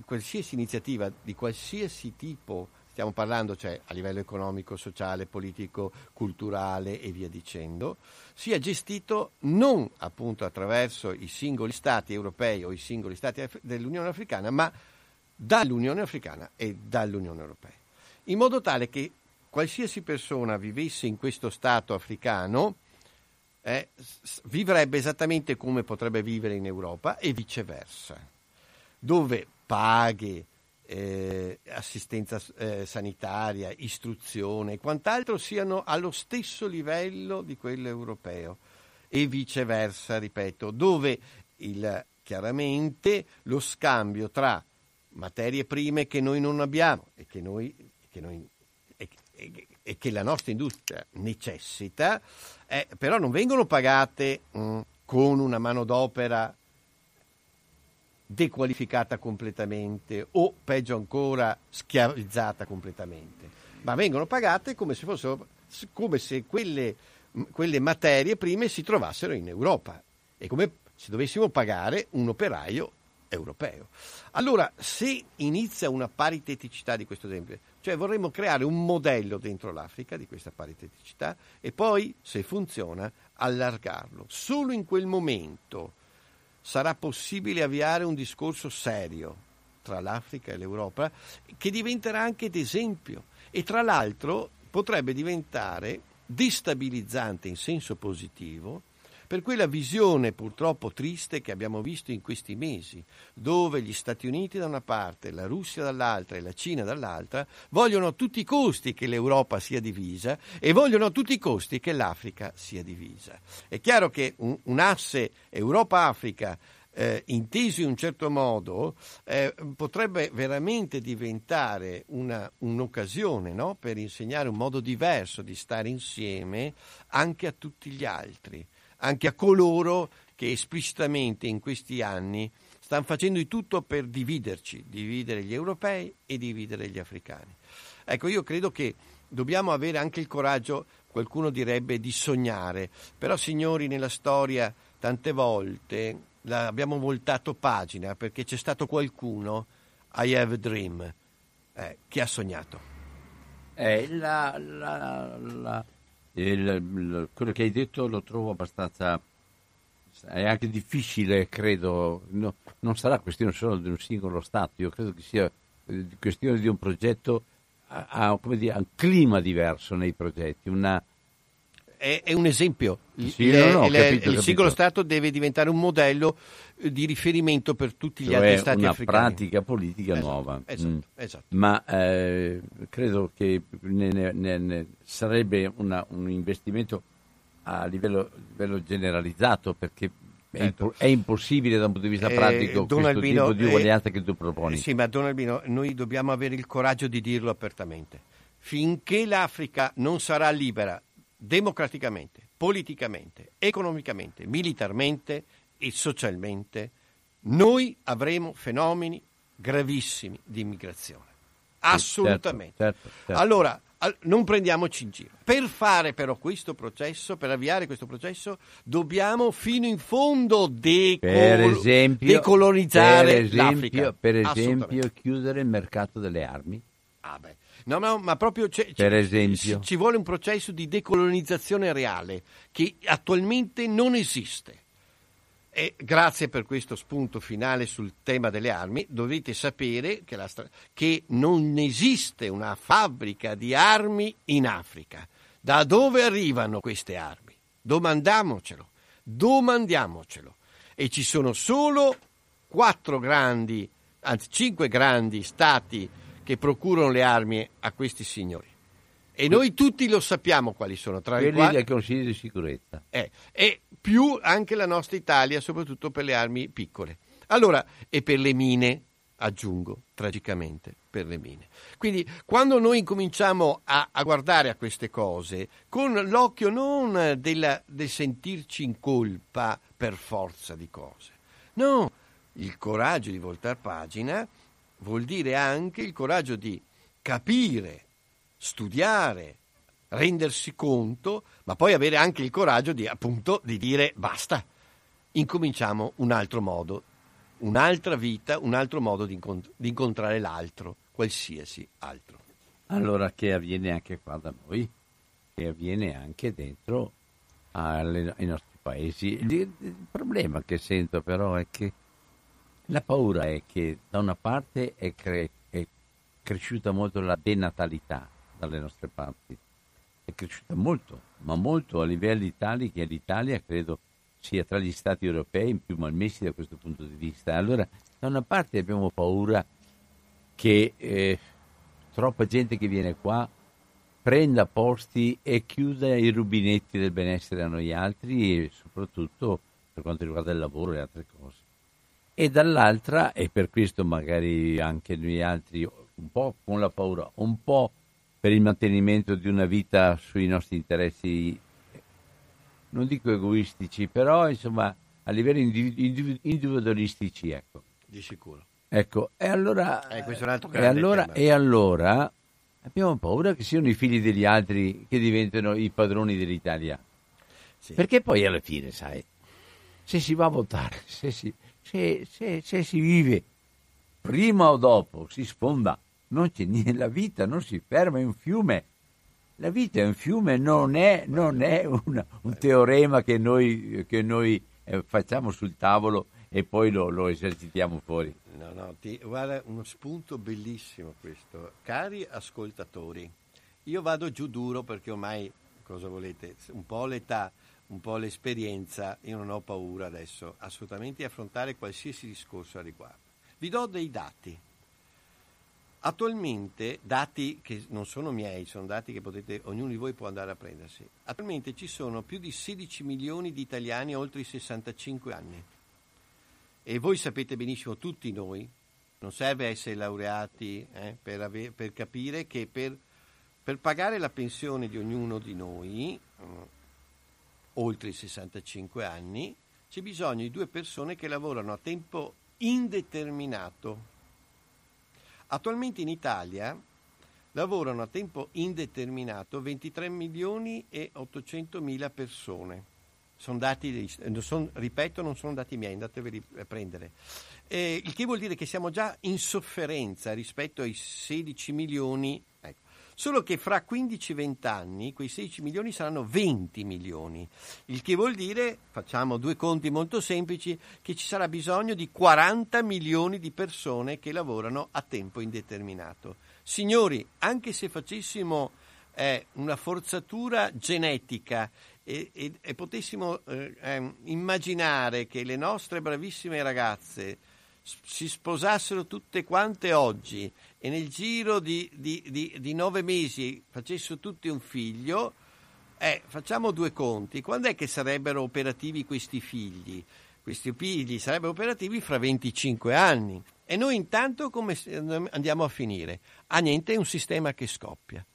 qualsiasi tipo, stiamo parlando cioè a livello economico, sociale, politico, culturale e via dicendo, sia gestito non appunto attraverso i singoli stati europei o i singoli stati dell'Unione Africana, ma dall'Unione Africana e dall'Unione Europea, in modo tale che qualsiasi persona vivesse in questo stato africano vivrebbe esattamente come potrebbe vivere in Europa e viceversa, dove paghe, assistenza sanitaria, istruzione e quant'altro siano allo stesso livello di quello europeo e viceversa, ripeto, dove chiaramente lo scambio tra materie prime che noi non abbiamo e che la nostra industria necessita, però non vengono pagate con una manodopera dequalificata completamente o peggio ancora schiavizzata completamente, ma vengono pagate come se quelle materie prime si trovassero in Europa e come se dovessimo pagare un operaio europeo. Allora, se inizia una pariteticità di questo esempio, cioè vorremmo creare un modello dentro l'Africa di questa pariteticità e poi, se funziona, allargarlo. Solo in quel momento sarà possibile avviare un discorso serio tra l'Africa e l'Europa che diventerà anche d'esempio e tra l'altro potrebbe diventare destabilizzante in senso positivo per quella visione purtroppo triste che abbiamo visto in questi mesi, dove gli Stati Uniti da una parte, la Russia dall'altra e la Cina dall'altra vogliono a tutti i costi che l'Europa sia divisa e vogliono a tutti i costi che l'Africa sia divisa. È chiaro che un asse Europa-Africa inteso in un certo modo potrebbe veramente diventare un'occasione, no? Per insegnare un modo diverso di stare insieme anche a tutti gli altri, anche a coloro che esplicitamente in questi anni stanno facendo di tutto per dividere gli europei e dividere gli africani. Ecco, io credo che dobbiamo avere anche il coraggio, qualcuno direbbe, di sognare, però signori, nella storia tante volte abbiamo voltato pagina perché c'è stato qualcuno, I have a dream, che ha sognato. Quello che hai detto lo trovo abbastanza, è anche difficile, credo, non sarà questione solo di un singolo Stato, io credo che sia questione di un progetto come dire, un clima diverso nei progetti, è un esempio. Sì, il singolo Stato deve diventare un modello di riferimento per tutti gli altri Stati africani. Una pratica politica nuova. Esatto. Ma credo che sarebbe un investimento a livello generalizzato, perché è impossibile da un punto di vista pratico Don questo Albino, tipo di uguaglianza che tu proponi. Sì, ma Don Albino, noi dobbiamo avere il coraggio di dirlo apertamente. finché l'Africa non sarà libera democraticamente, politicamente, economicamente, militarmente e socialmente, noi avremo fenomeni gravissimi di immigrazione. Assolutamente. Certo. Allora, non prendiamoci in giro. Per fare però questo processo, per avviare questo processo, dobbiamo fino in fondo decolonizzare l'Africa. Per esempio, chiudere il mercato delle armi. No, ma proprio per esempio. ci vuole un processo di decolonizzazione reale che attualmente non esiste. E grazie per questo spunto finale sul tema delle armi. Dovete sapere che non esiste una fabbrica di armi in Africa. Da dove arrivano queste armi? Domandiamocelo. E ci sono solo 5 grandi stati che procurano le armi a questi signori. E noi tutti lo sappiamo quali sono, tra i quali del Consiglio di sicurezza. E più anche la nostra Italia, soprattutto per le armi piccole. Allora, e per le mine, aggiungo, tragicamente, per le mine. Quindi, quando noi incominciamo a guardare a queste cose, con l'occhio non del sentirci in colpa per forza di cose, no, il coraggio di voltar pagina vuol dire anche il coraggio di capire, studiare, rendersi conto, ma poi avere anche il coraggio di dire basta, incominciamo un altro modo, un'altra vita, un altro modo di incontrare l'altro, qualsiasi altro. Allora, che avviene anche qua da noi, che avviene anche dentro ai nostri paesi. Il problema che sento però è che la paura è che da una parte è cresciuta molto la denatalità dalle nostre parti, è cresciuta molto, ma molto a livelli tali che l'Italia credo sia tra gli stati europei più malmessi da questo punto di vista. Allora, da una parte abbiamo paura che troppa gente che viene qua prenda posti e chiuda i rubinetti del benessere a noi altri, e soprattutto per quanto riguarda il lavoro e altre cose. E dall'altra, e per questo magari anche noi altri, un po' con la paura, un po' per il mantenimento di una vita sui nostri interessi, non dico egoistici, però insomma a livello individualistici, ecco. Di sicuro. Ecco, e allora, questo è un altro grande tema. E allora abbiamo paura che siano i figli degli altri che diventano i padroni dell'Italia. Sì. Perché poi alla fine, sai, se si va a votare, se si vive prima o dopo, si sfonda, non c'è niente, la vita non si ferma, è un fiume. La vita è un fiume, non è un teorema che noi facciamo sul tavolo e poi lo esercitiamo fuori. No, guarda, uno spunto bellissimo questo. Cari ascoltatori, io vado giù duro perché ormai, cosa volete, un po' l'età, un po' l'esperienza, io non ho paura adesso assolutamente di affrontare qualsiasi discorso a riguardo. Vi do dei dati. Attualmente, dati che non sono miei, sono dati che ognuno di voi può andare a prendersi. Attualmente ci sono più di 16 milioni di italiani oltre i 65 anni. E voi sapete benissimo, tutti noi, non serve essere laureati per capire che per pagare la pensione di ognuno di noi, oltre i 65 anni, c'è bisogno di 2 persone che lavorano a tempo indeterminato. Attualmente in Italia lavorano a tempo indeterminato 23 milioni e 800 mila persone. Sono dati, ripeto, non sono dati miei, andateveli a prendere. Il che vuol dire che siamo già in sofferenza rispetto ai 16 milioni. Ecco. Solo che fra 15-20 anni quei 16 milioni saranno 20 milioni. Il che vuol dire, facciamo 2 conti molto semplici, che ci sarà bisogno di 40 milioni di persone che lavorano a tempo indeterminato. Signori, anche se facessimo una forzatura genetica e potessimo immaginare che le nostre bravissime ragazze si sposassero tutte quante oggi e nel giro di 9 mesi facessero tutti un figlio, facciamo 2 conti. Quando è che sarebbero operativi questi figli? Questi figli sarebbero operativi fra 25 anni. E noi intanto come andiamo a finire? Niente, è un sistema che scoppia.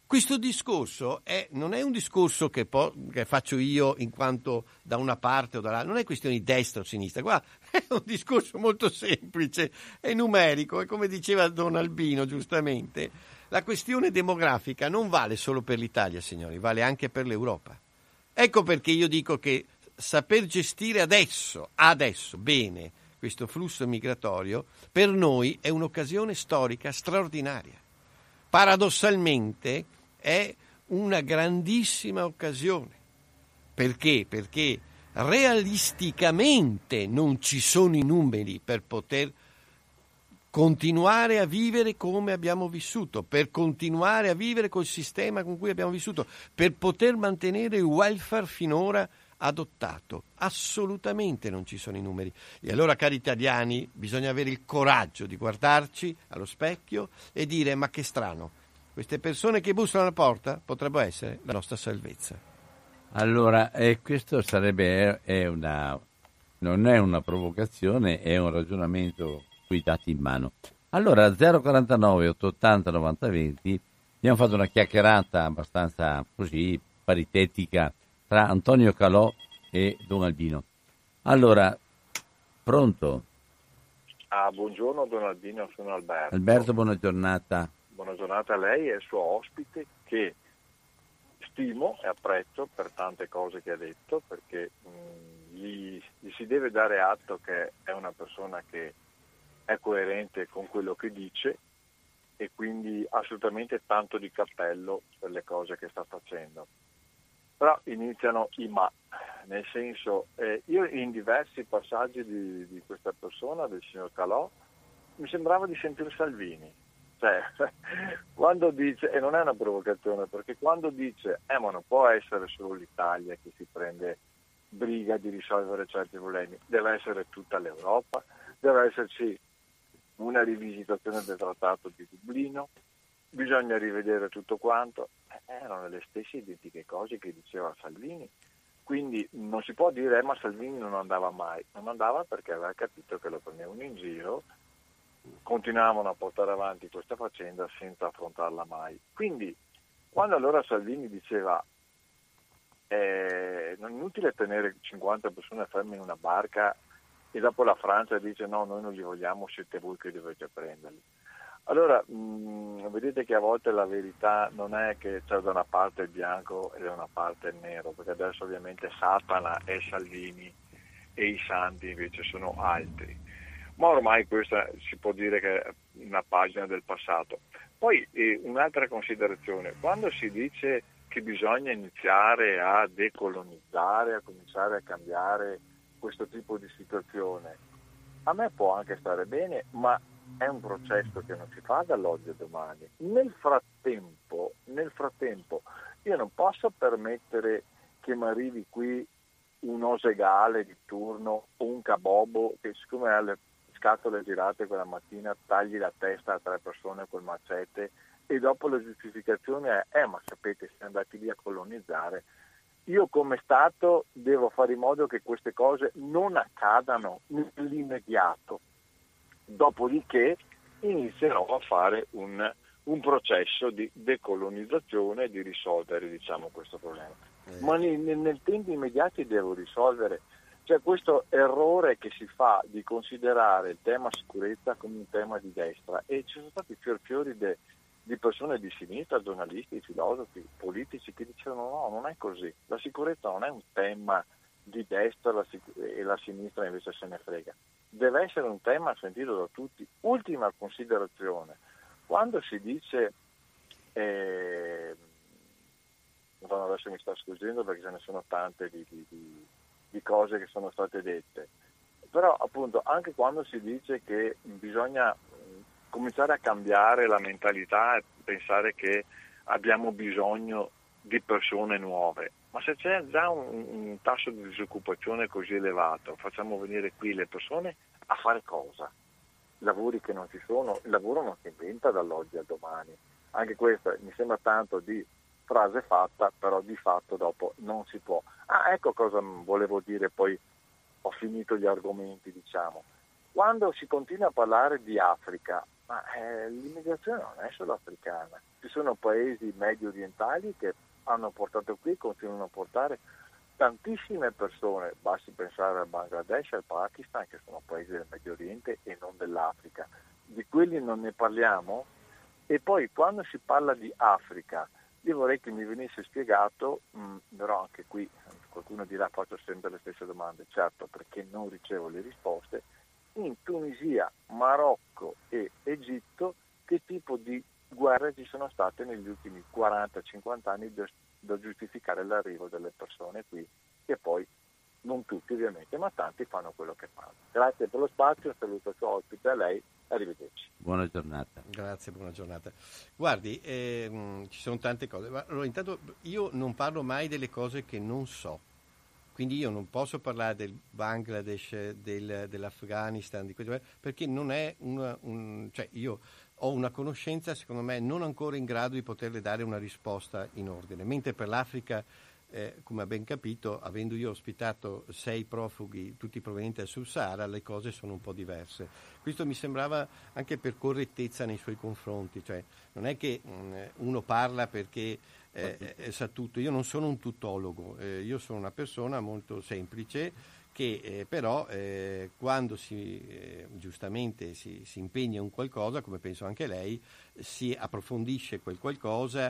Questo discorso non è un discorso che faccio io in quanto da una parte o dall'altra, non è questione di destra o sinistra, qua è un discorso molto semplice, è numerico, e come diceva Don Albino giustamente, la questione demografica non vale solo per l'Italia, signori, vale anche per l'Europa. Ecco perché io dico che saper gestire adesso bene questo flusso migratorio per noi è un'occasione storica straordinaria. Paradossalmente è una grandissima occasione. Perché? Perché realisticamente non ci sono i numeri per poter continuare a vivere come abbiamo vissuto, per continuare a vivere col sistema con cui abbiamo vissuto, per poter mantenere il welfare finora adottato. Assolutamente non ci sono i numeri. E allora, cari italiani, bisogna avere il coraggio di guardarci allo specchio e dire: ma che strano, queste persone che bussano alla porta potrebbero essere la nostra salvezza. Allora, questo sarebbe non è una provocazione, è un ragionamento coi dati in mano. Allora, 049 880 90 20, abbiamo fatto una chiacchierata abbastanza così paritetica tra Antonio Calò e Don Albino. Allora, pronto? Buongiorno Don Albino, sono Alberto. Alberto, buona giornata. Buona giornata a lei e al suo ospite, che stimo e apprezzo per tante cose che ha detto, perché gli si deve dare atto che è una persona che è coerente con quello che dice, e quindi assolutamente tanto di cappello per le cose che sta facendo. Però iniziano i ma, nel senso, io in diversi passaggi di questa persona, del signor Calò, mi sembrava di sentire Salvini. Cioè, quando dice, e non è una provocazione, perché quando dice ma non può essere solo l'Italia che si prende briga di risolvere certi problemi, deve essere tutta l'Europa, deve esserci una rivisitazione del trattato di Dublino, bisogna rivedere tutto quanto. Erano le stesse identiche cose che diceva Salvini, quindi non si può dire ma Salvini non andava mai. Non andava perché aveva capito che lo prendevano in giro, continuavano a portare avanti questa faccenda senza affrontarla mai. Quindi quando allora Salvini diceva non è inutile tenere 50 persone ferme in una barca e dopo la Francia dice no, noi non li vogliamo, siete voi che dovete prenderli. Allora vedete che a volte la verità non è che c'è da una parte il bianco e da una parte il nero, perché adesso ovviamente Satana è Salvini e i santi invece sono altri. Ma ormai questa si può dire che è una pagina del passato. Poi un'altra considerazione: quando si dice che bisogna iniziare a decolonizzare, a cominciare a cambiare questo tipo di situazione, a me può anche stare bene, ma è un processo che non si fa dall'oggi al domani. Nel frattempo io non posso permettere che mi arrivi qui un osegale di turno o un cabobo che, siccome ha le scatole girate quella mattina, tagli la testa a 3 persone col macete e dopo la giustificazione è ma sapete, siamo andati lì a colonizzare. Io come Stato devo fare in modo che queste cose non accadano nell'immediato, dopodiché inizierò a fare un processo di decolonizzazione e di risolvere, diciamo, questo problema. Ma nel tempo immediato devo risolvere. Cioè, questo errore che si fa di considerare il tema sicurezza come un tema di destra, e ci sono stati fiori di persone di sinistra, giornalisti, filosofi, politici che dicevano no, non è così, la sicurezza non è un tema di destra e la sinistra invece se ne frega, deve essere un tema sentito da tutti. Ultima considerazione: quando si dice adesso mi sta sfuggendo perché ce ne sono tante di cose che sono state dette, però appunto anche quando si dice che bisogna cominciare a cambiare la mentalità e pensare che abbiamo bisogno di persone nuove, ma se c'è già un tasso di disoccupazione così elevato, facciamo venire qui le persone a fare cosa? Lavori che non ci sono, il lavoro non si inventa dall'oggi al domani. Anche questa mi sembra tanto di frase fatta, però di fatto dopo non si può. Ecco cosa volevo dire, poi ho finito gli argomenti, diciamo. Quando si continua a parlare di Africa, Ma l'immigrazione non è solo africana, ci sono paesi medio orientali che hanno portato qui e continuano a portare tantissime persone, basti pensare al Bangladesh e al Pakistan, che sono paesi del Medio Oriente e non dell'Africa. Di quelli non ne parliamo. E poi quando si parla di Africa, io vorrei che mi venisse spiegato, però anche qui qualcuno dirà faccio sempre le stesse domande, certo, perché non ricevo le risposte. In Tunisia, Marocco e Egitto che tipo di guerre ci sono state negli ultimi 40-50 anni da giustificare l'arrivo delle persone qui, che poi non tutti ovviamente, ma tanti fanno quello che fanno. Grazie per lo spazio, saluto il suo ospite, a lei, arrivederci. Buona giornata. Grazie, buona giornata. Guardi, ci sono tante cose. Allora, intanto io non parlo mai delle cose che non so. Quindi io non posso parlare del Bangladesh, dell'Afghanistan, di questo, perché non è cioè io ho una conoscenza, secondo me, non ancora in grado di poterle dare una risposta in ordine. Mentre per l'Africa, come ha ben capito, avendo io ospitato 6 profughi, tutti provenienti dal Sub-Sahara, le cose sono un po' diverse. Questo mi sembrava anche per correttezza nei suoi confronti, cioè non è che uno parla perché sa tutto. Io non sono un tuttologo, io sono una persona molto semplice che però quando giustamente si impegna in qualcosa, come penso anche lei, si approfondisce quel qualcosa,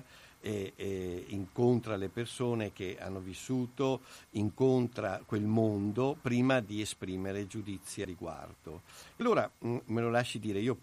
incontra le persone che hanno vissuto, incontra quel mondo prima di esprimere giudizi a riguardo. Allora me lo lasci dire, io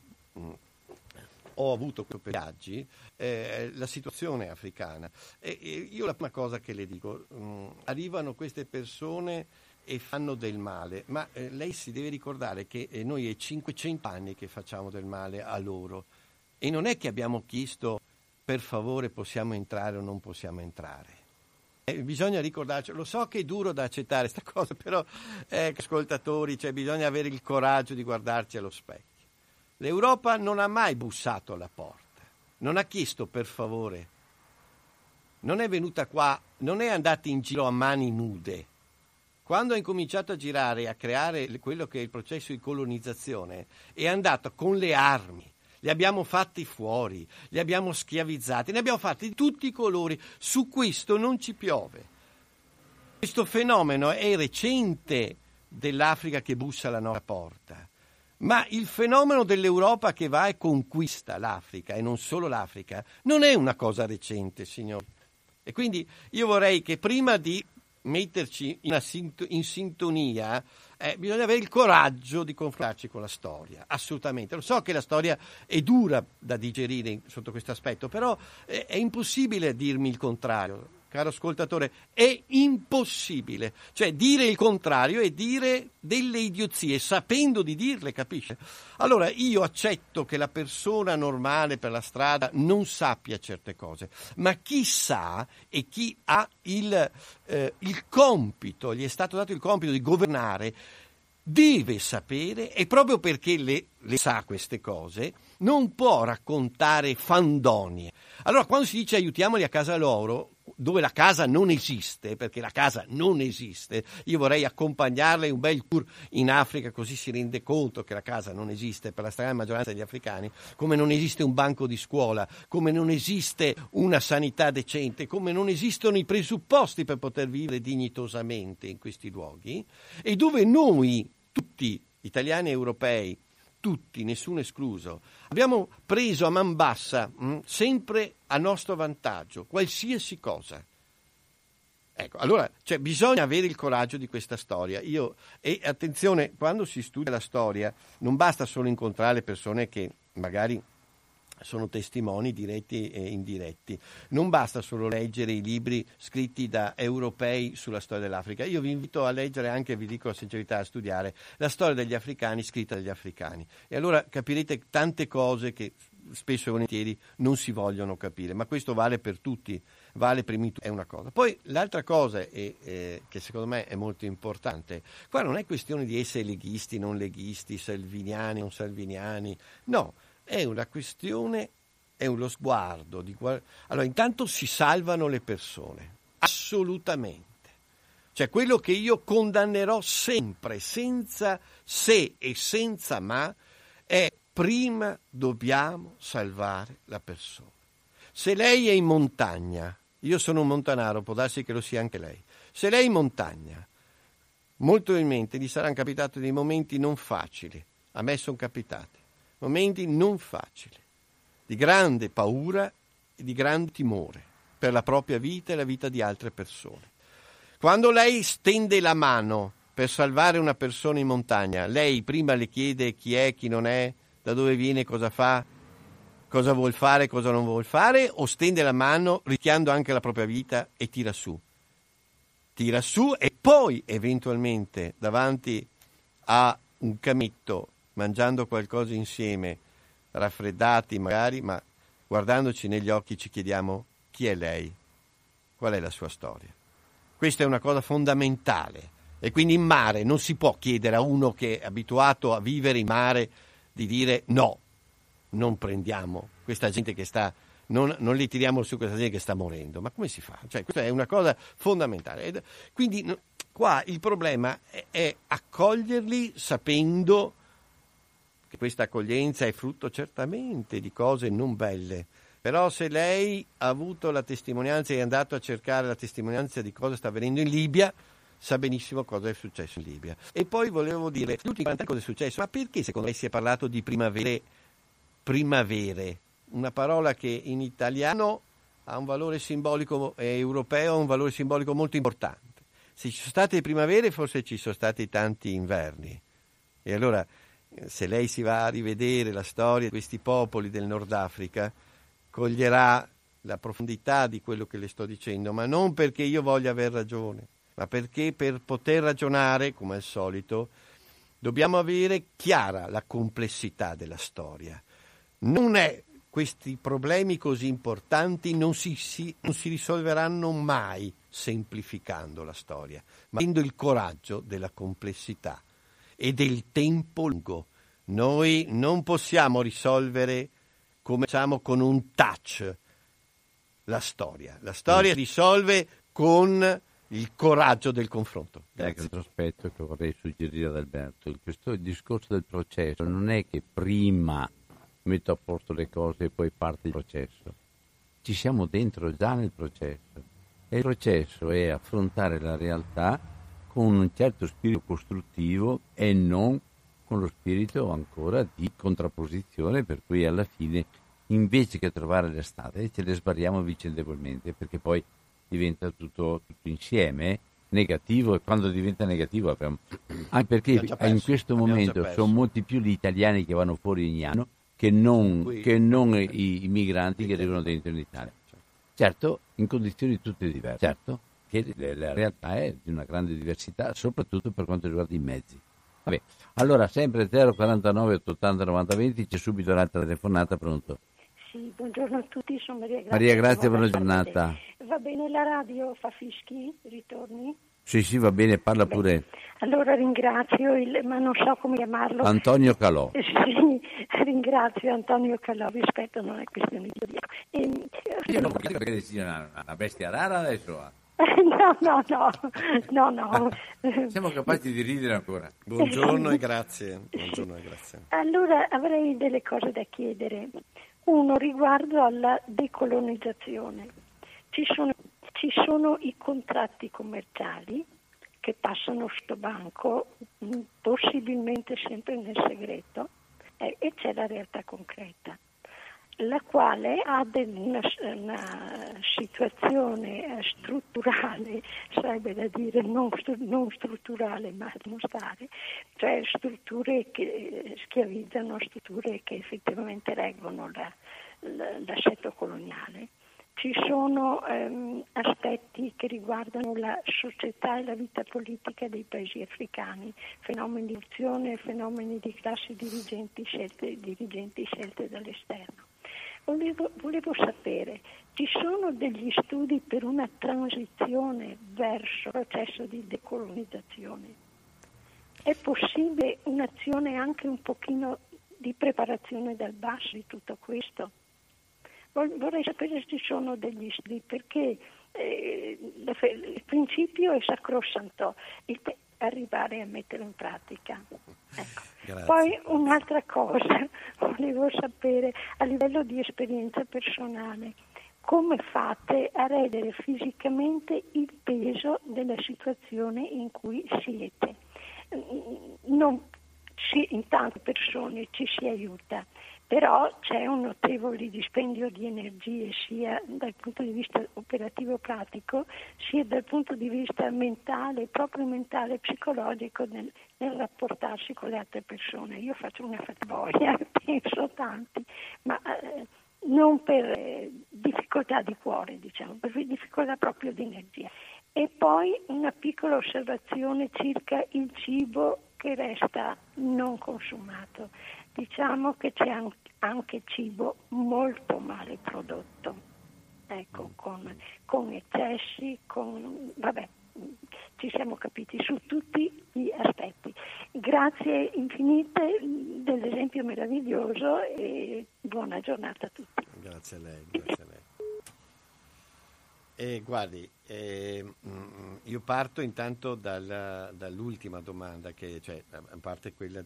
ho avuto quei viaggi, la situazione africana. Io la prima cosa che le dico, arrivano queste persone e fanno del male, ma lei si deve ricordare che noi è 500 anni che facciamo del male a loro e non è che abbiamo chiesto per favore possiamo entrare o non possiamo entrare. Bisogna ricordarci, lo so che è duro da accettare sta cosa, però ascoltatori, cioè, bisogna avere il coraggio di guardarci allo specchio. L'Europa non ha mai bussato alla porta, non ha chiesto per favore, non è venuta qua, non è andata in giro a mani nude. Quando ha incominciato a girare e a creare quello che è il processo di colonizzazione, è andata con le armi, li abbiamo fatti fuori, li abbiamo schiavizzati, ne abbiamo fatti di tutti i colori, su questo non ci piove. Questo fenomeno è recente dell'Africa che bussa alla nostra porta. Ma il fenomeno dell'Europa che va e conquista l'Africa, e non solo l'Africa, non è una cosa recente, signori. E quindi io vorrei che prima di metterci in sintonia bisogna avere il coraggio di confrontarci con la storia, assolutamente. Lo so che la storia è dura da digerire sotto questo aspetto, però è impossibile dirmi il contrario. Caro ascoltatore, è impossibile. Cioè, dire il contrario è dire delle idiozie, sapendo di dirle, capisce? Allora, io accetto che la persona normale per la strada non sappia certe cose, ma chi sa e chi ha il compito, gli è stato dato il compito di governare, deve sapere, e proprio perché le sa queste cose, non può raccontare fandonie. Allora, quando si dice aiutiamoli a casa loro, dove la casa non esiste, perché la casa non esiste, io vorrei accompagnarle un bel tour in Africa, così si rende conto che la casa non esiste per la stragrande maggioranza degli africani, come non esiste un banco di scuola, come non esiste una sanità decente, come non esistono i presupposti per poter vivere dignitosamente in questi luoghi, e dove noi, tutti, italiani e europei, tutti, nessuno escluso, abbiamo preso a man bassa sempre a nostro vantaggio qualsiasi cosa. Ecco, allora bisogna avere il coraggio di questa storia. E attenzione, quando si studia la storia non basta solo incontrare persone che magari sono testimoni diretti e indiretti. Non basta solo leggere i libri scritti da europei sulla storia dell'Africa. Io vi invito a leggere anche, vi dico la sincerità, a studiare la storia degli africani scritta dagli africani. E allora capirete tante cose che spesso e volentieri non si vogliono capire, ma questo vale per tutti, vale prima di tutto, è una cosa. Poi l'altra cosa che secondo me è molto importante, qua non è questione di essere leghisti, non leghisti, salviniani, non salviniani, no. È una questione, è lo sguardo. Allora, intanto si salvano le persone, assolutamente. Cioè, quello che io condannerò sempre, senza se e senza ma, è prima dobbiamo salvare la persona. Se lei è in montagna, io sono un montanaro, può darsi che lo sia anche lei, se lei è in montagna, molto probabilmente gli saranno capitati dei momenti non facili, a me sono capitati, momenti non facili, di grande paura e di grande timore per la propria vita e la vita di altre persone. Quando lei stende la mano per salvare una persona in montagna, lei prima le chiede chi è, chi non è, da dove viene, cosa fa, cosa vuol fare, cosa non vuol fare, o stende la mano rischiando anche la propria vita e tira su? Tira su e poi eventualmente davanti a un cametto, mangiando qualcosa insieme, raffreddati magari, ma guardandoci negli occhi ci chiediamo chi è lei, qual è la sua storia. Questa è una cosa fondamentale e quindi in mare non si può chiedere a uno che è abituato a vivere in mare di dire no, non prendiamo questa gente che sta, non li tiriamo su questa gente che sta morendo. Ma come si fa? Cioè, questa è una cosa fondamentale. Quindi qua il problema è accoglierli sapendo che questa accoglienza è frutto certamente di cose non belle. Però se lei ha avuto la testimonianza e è andato a cercare la testimonianza di cosa sta avvenendo in Libia, sa benissimo cosa è successo in Libia. E poi volevo dire, gli ultimi 40 anni cosa è successo? Ma perché secondo lei si è parlato di primavere? Una parola che in italiano ha un valore simbolico europeo, ha un valore simbolico molto importante. Se ci sono state primavere, forse ci sono stati tanti inverni. E allora, se lei si va a rivedere la storia di questi popoli del Nord Africa, coglierà la profondità di quello che le sto dicendo, ma non perché io voglia aver ragione, ma perché per poter ragionare, come al solito, dobbiamo avere chiara la complessità della storia. Non è questi problemi così importanti non si risolveranno mai semplificando la storia, ma avendo il coraggio della complessità e del tempo lungo. Noi non possiamo risolvere come facciamo con un touch la storia. La storia si risolve con il coraggio del confronto. L'altro aspetto che vorrei suggerire ad Alberto, il discorso del processo non è che prima metto a posto le cose e poi parte il processo. Ci siamo dentro già nel processo e il processo è affrontare la realtà con un certo spirito costruttivo e non con lo spirito ancora di contrapposizione, per cui alla fine invece che trovare le strade ce le sbarriamo vicendevolmente, perché poi diventa tutto insieme negativo, e quando diventa negativo abbiamo... anche perché in questo momento sono molti più gli italiani che vanno fuori ogni anno che non i migranti che arrivano dentro in Italia. Certo, in condizioni tutte diverse, certo che la realtà è di una grande diversità, soprattutto per quanto riguarda i mezzi. Vabbè, allora sempre 049 880 90 20, c'è subito un'altra telefonata, pronto? Sì, buongiorno a tutti, sono Maria Grazia. Maria Grazia, buona giornata. Va bene, la radio fa fischi? Ritorni? Sì, va bene, parla pure. Allora ringrazio ma non so come chiamarlo. Antonio Calò. Sì, ringrazio Antonio Calò, vi aspetto, non è questione di odio. Io non credo che sia una bestia rara adesso. No. Siamo capaci di ridere ancora. Buongiorno e grazie. Allora avrei delle cose da chiedere. Uno riguardo alla decolonizzazione. Ci sono i contratti commerciali che passano sotto banco, possibilmente sempre nel segreto, e c'è la realtà concreta, la quale ha una situazione strutturale, sarebbe da dire non strutturale ma atmosfere, cioè strutture che schiavizzano, strutture che effettivamente reggono l'assetto coloniale. Ci sono aspetti che riguardano la società e la vita politica dei paesi africani, fenomeni di corruzione, fenomeni di classi dirigenti scelte dall'esterno. Volevo sapere, ci sono degli studi per una transizione verso il processo di decolonizzazione? È possibile un'azione anche un pochino di preparazione dal basso di tutto questo? Vorrei sapere se ci sono degli studi, perché il principio è sacrosanto. arrivare a metterlo in pratica. Ecco. Grazie. Poi un'altra cosa, volevo sapere a livello di esperienza personale, come fate a reggere fisicamente il peso della situazione in cui siete? In tante persone ci si aiuta, però c'è un notevole dispendio di energie sia dal punto di vista operativo pratico, sia dal punto di vista mentale, proprio mentale, psicologico nel rapportarsi con le altre persone. Io faccio una fatiboia, penso tanti, ma non per difficoltà di cuore, diciamo, per difficoltà proprio di energia. E poi una piccola osservazione circa il cibo che resta non consumato. Diciamo che c'è anche cibo molto male prodotto, ecco, con eccessi, ci siamo capiti su tutti gli aspetti. Grazie infinite dell'esempio meraviglioso e buona giornata a tutti. Grazie a lei, grazie a lei. Guardi, io parto intanto dall'ultima domanda, che cioè a parte quella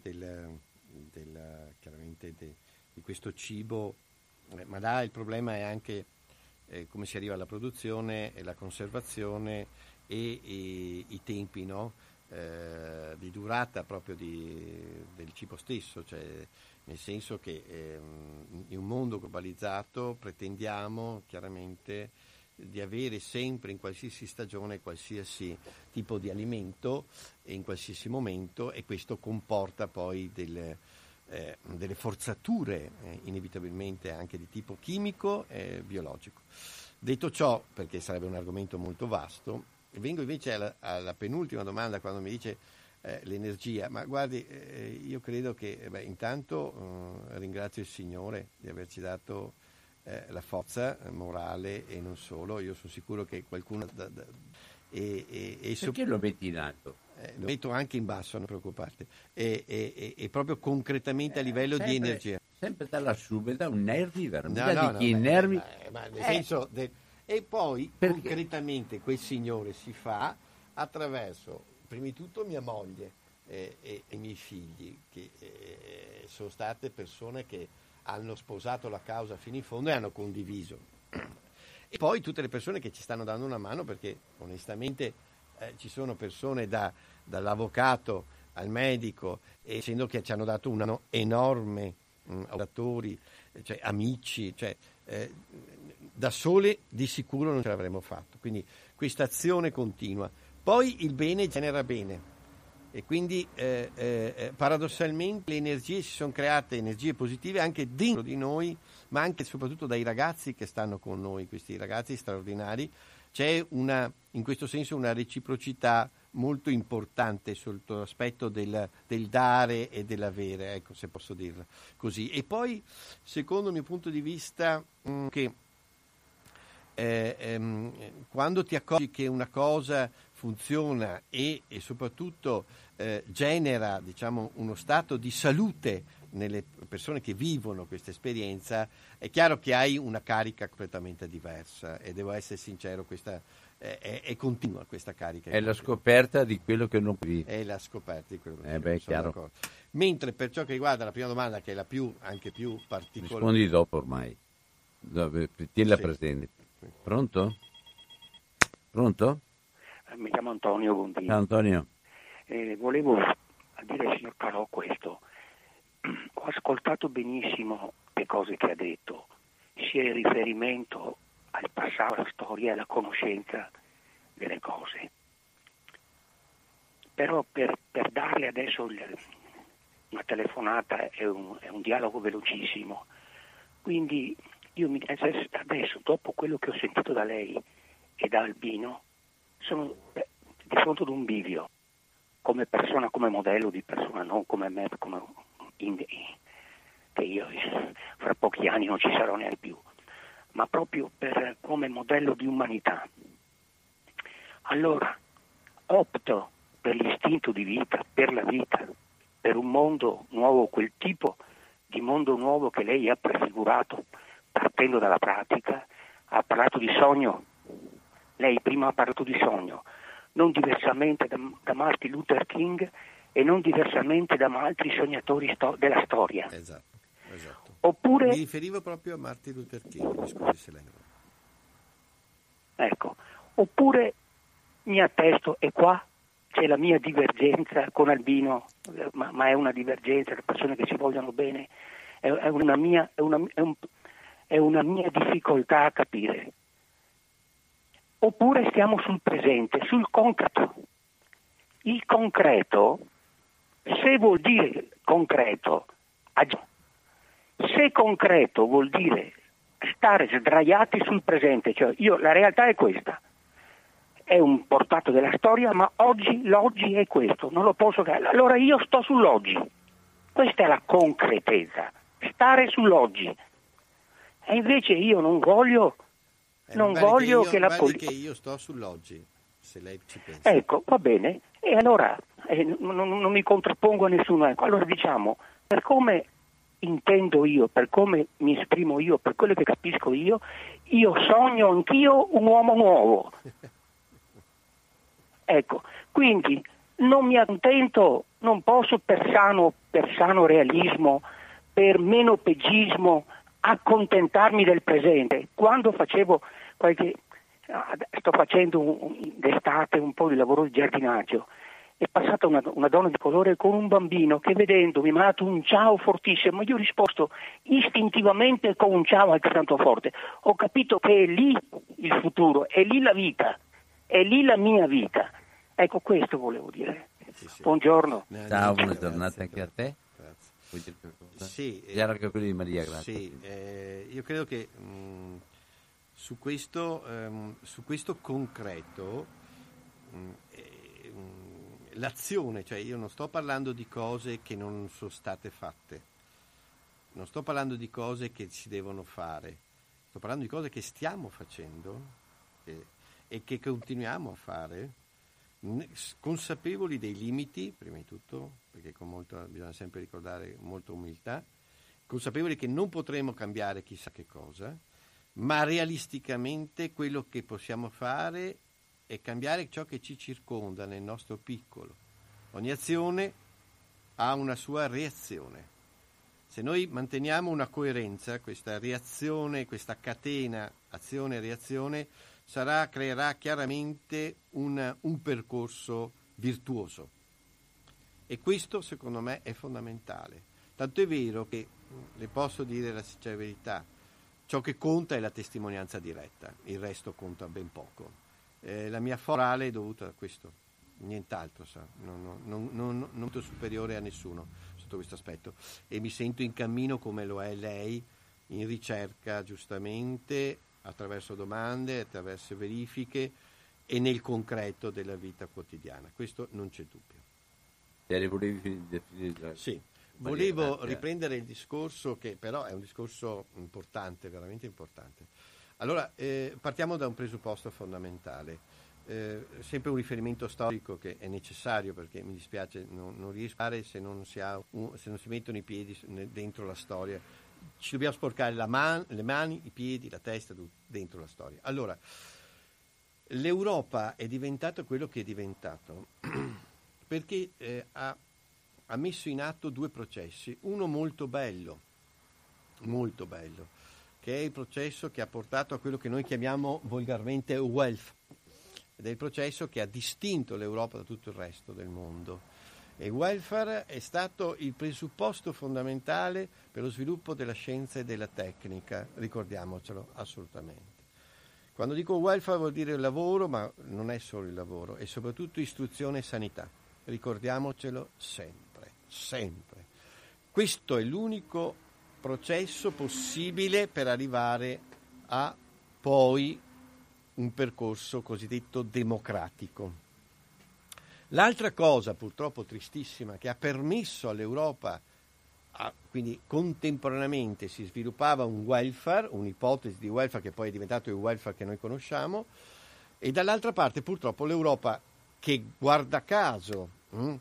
chiaramente di questo cibo, ma là il problema è anche come si arriva alla produzione e la conservazione e i tempi, no? Di durata proprio del cibo stesso, cioè nel senso che in un mondo globalizzato pretendiamo chiaramente di avere sempre in qualsiasi stagione qualsiasi tipo di alimento e in qualsiasi momento, e questo comporta poi delle forzature inevitabilmente anche di tipo chimico e biologico. Detto ciò, perché sarebbe un argomento molto vasto, vengo invece alla penultima domanda, quando mi dice l'energia. Ma guardi, io credo che intanto ringrazio il Signore di averci dato la forza morale e non solo. Io sono sicuro che qualcuno perché lo metti in alto? Lo metto anche in basso, non preoccuparti, e proprio concretamente a livello di energia. Sempre da lassù, da un nervi veramente, nervi. Ma nel senso e poi concretamente quel Signore si fa attraverso, prima di tutto, mia moglie e i miei figli, che sono state persone che hanno sposato la causa fino in fondo e hanno condiviso. E poi tutte le persone che ci stanno dando una mano, perché onestamente ci sono persone dall'avvocato al medico, essendo che ci hanno dato un anno enorme, autori, cioè amici, cioè da sole di sicuro non ce l'avremmo fatto. Quindi questa azione continua. Poi il bene genera bene. E quindi paradossalmente le energie si sono create, energie positive anche dentro di noi, ma anche e soprattutto dai ragazzi che stanno con noi, questi ragazzi straordinari. C'è in questo senso una reciprocità molto importante sotto l'aspetto del dare e dell'avere, ecco, se posso dirlo così. E poi, secondo il mio punto di vista, che quando ti accorgi che una cosa funziona e soprattutto genera, diciamo, uno stato di salute nelle persone che vivono questa esperienza, è chiaro che hai una carica completamente diversa, e devo essere sincero, questa è continua questa carica. È la scoperta di quello che non vivi. È la scoperta di quello che non chiaro. D'accordo. Mentre per ciò che riguarda la prima domanda, che è la anche più particolare. Rispondi dopo ormai. Tienila sì. Presente. Pronto? Pronto? Mi chiamo Antonio, buondì. Ciao Antonio. Volevo dire al signor Parò questo. Ho ascoltato benissimo le cose che ha detto, sia il riferimento al passato, alla storia e alla conoscenza delle cose. Però per darle adesso una telefonata è un dialogo velocissimo. Quindi io adesso, dopo quello che ho sentito da lei e da Albino, sono di fronte ad un bivio, come persona, come modello di persona, non come me, che io fra pochi anni non ci sarò neanche più, ma proprio come modello di umanità. Allora opto per l'istinto di vita, per la vita, per un mondo nuovo, quel tipo di mondo nuovo che lei ha prefigurato partendo dalla pratica. Ha parlato di sogno, lei prima ha parlato di sogno, non diversamente da Martin Luther King e non diversamente da altri sognatori della storia. Esatto. Oppure, mi riferivo proprio a Martin Luther King, mi scusi se lei non... Ecco, oppure mi attesto e qua c'è la mia divergenza con Albino, ma è una divergenza, le persone che si vogliono bene, è una mia difficoltà a capire. Oppure stiamo sul presente, sul concreto. Il concreto, se vuol dire concreto, se concreto vuol dire stare sdraiati sul presente, cioè la realtà è questa, è un portato della storia, ma l'oggi è questo, non lo posso cambiare. Allora io sto sull'oggi, questa è la concretezza, stare sull'oggi. E invece io non voglio che la politica... che io sto sull'oggi, se lei ci pensa. Ecco, va bene, e allora non mi contrappongo a nessuno. Ecco, allora diciamo, per come intendo io, per come mi esprimo io, per quello che capisco io sogno anch'io un uomo nuovo. Ecco, quindi non mi accontento, non posso per sano realismo, per menopeggismo, accontentarmi del presente. Quando sto facendo d'estate un po' di lavoro di giardinaggio, è passata una donna di colore con un bambino che vedendomi mi ha dato un ciao fortissimo, io ho risposto istintivamente con un ciao altrettanto forte. Ho capito che è lì il futuro, è lì la vita, è lì la mia vita. Ecco, questo volevo dire. Sì. Buongiorno. Ciao, buona giornata anche a te. Grazie. Vuoi dire qualcosa? Sì. Era anche quello di Maria, grazie. Sì, io credo che su questo concreto l'azione, cioè io non sto parlando di cose che non sono state fatte, non sto parlando di cose che si devono fare, sto parlando di cose che stiamo facendo e che continuiamo a fare, consapevoli dei limiti, prima di tutto, perché bisogna sempre ricordare molta umiltà, consapevoli che non potremo cambiare chissà che cosa, ma realisticamente quello che possiamo fare è cambiare ciò che ci circonda nel nostro piccolo. Ogni azione ha una sua reazione. Se noi manteniamo una coerenza, questa reazione, questa catena azione-reazione creerà chiaramente un percorso virtuoso. E questo secondo me è fondamentale. Tanto è vero che, le posso dire la sincera verità, ciò che conta è la testimonianza diretta, il resto conta ben poco. La mia morale è dovuta a questo, nient'altro, non molto superiore a nessuno sotto questo aspetto, e mi sento in cammino come lo è lei, in ricerca giustamente, attraverso domande, attraverso verifiche e nel concreto della vita quotidiana, questo non c'è dubbio. Sì, volevo riprendere il discorso che però è un discorso importante, veramente importante. Allora, partiamo da un presupposto fondamentale, sempre un riferimento storico che è necessario, perché mi dispiace non riesco a fare se non si mettono i piedi dentro la storia. Ci dobbiamo sporcare le mani, i piedi, la testa, dentro la storia. Allora, l'Europa è diventato quello che è diventato perché ha messo in atto due processi, uno molto bello, che è il processo che ha portato a quello che noi chiamiamo volgarmente welfare, ed è il processo che ha distinto l'Europa da tutto il resto del mondo. E il welfare è stato il presupposto fondamentale per lo sviluppo della scienza e della tecnica, ricordiamocelo assolutamente. Quando dico welfare vuol dire lavoro, ma non è solo il lavoro, è soprattutto istruzione e sanità, ricordiamocelo sempre. Questo è l'unico processo possibile per arrivare a poi un percorso cosiddetto democratico. L'altra cosa purtroppo tristissima che ha permesso all'Europa, quindi contemporaneamente si sviluppava un welfare, un'ipotesi di welfare che poi è diventato il welfare che noi conosciamo, e dall'altra parte purtroppo l'Europa, che guarda caso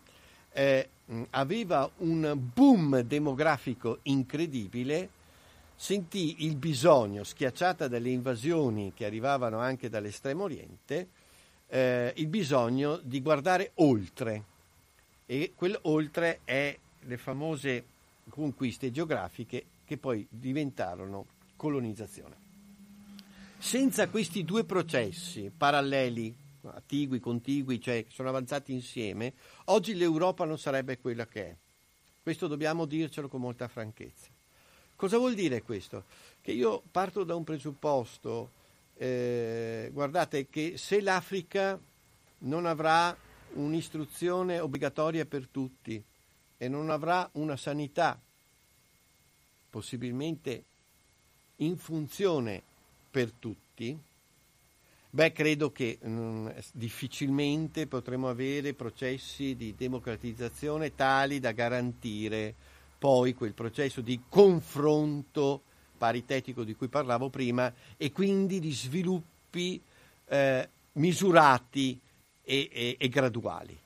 aveva un boom demografico incredibile, sentì il bisogno, schiacciata dalle invasioni che arrivavano anche dall'estremo oriente, il bisogno di guardare oltre, e quell'oltre è le famose conquiste geografiche che poi diventarono colonizzazione. Senza questi due processi paralleli, attigui, contigui, cioè che sono avanzati insieme, oggi l'Europa non sarebbe quella che è. Questo dobbiamo dircelo con molta franchezza. Cosa vuol dire questo? Che io parto da un presupposto, guardate, che se l'Africa non avrà un'istruzione obbligatoria per tutti e non avrà una sanità possibilmente in funzione per tutti, credo che difficilmente potremo avere processi di democratizzazione tali da garantire poi quel processo di confronto paritetico di cui parlavo prima, e quindi di sviluppi misurati e graduali.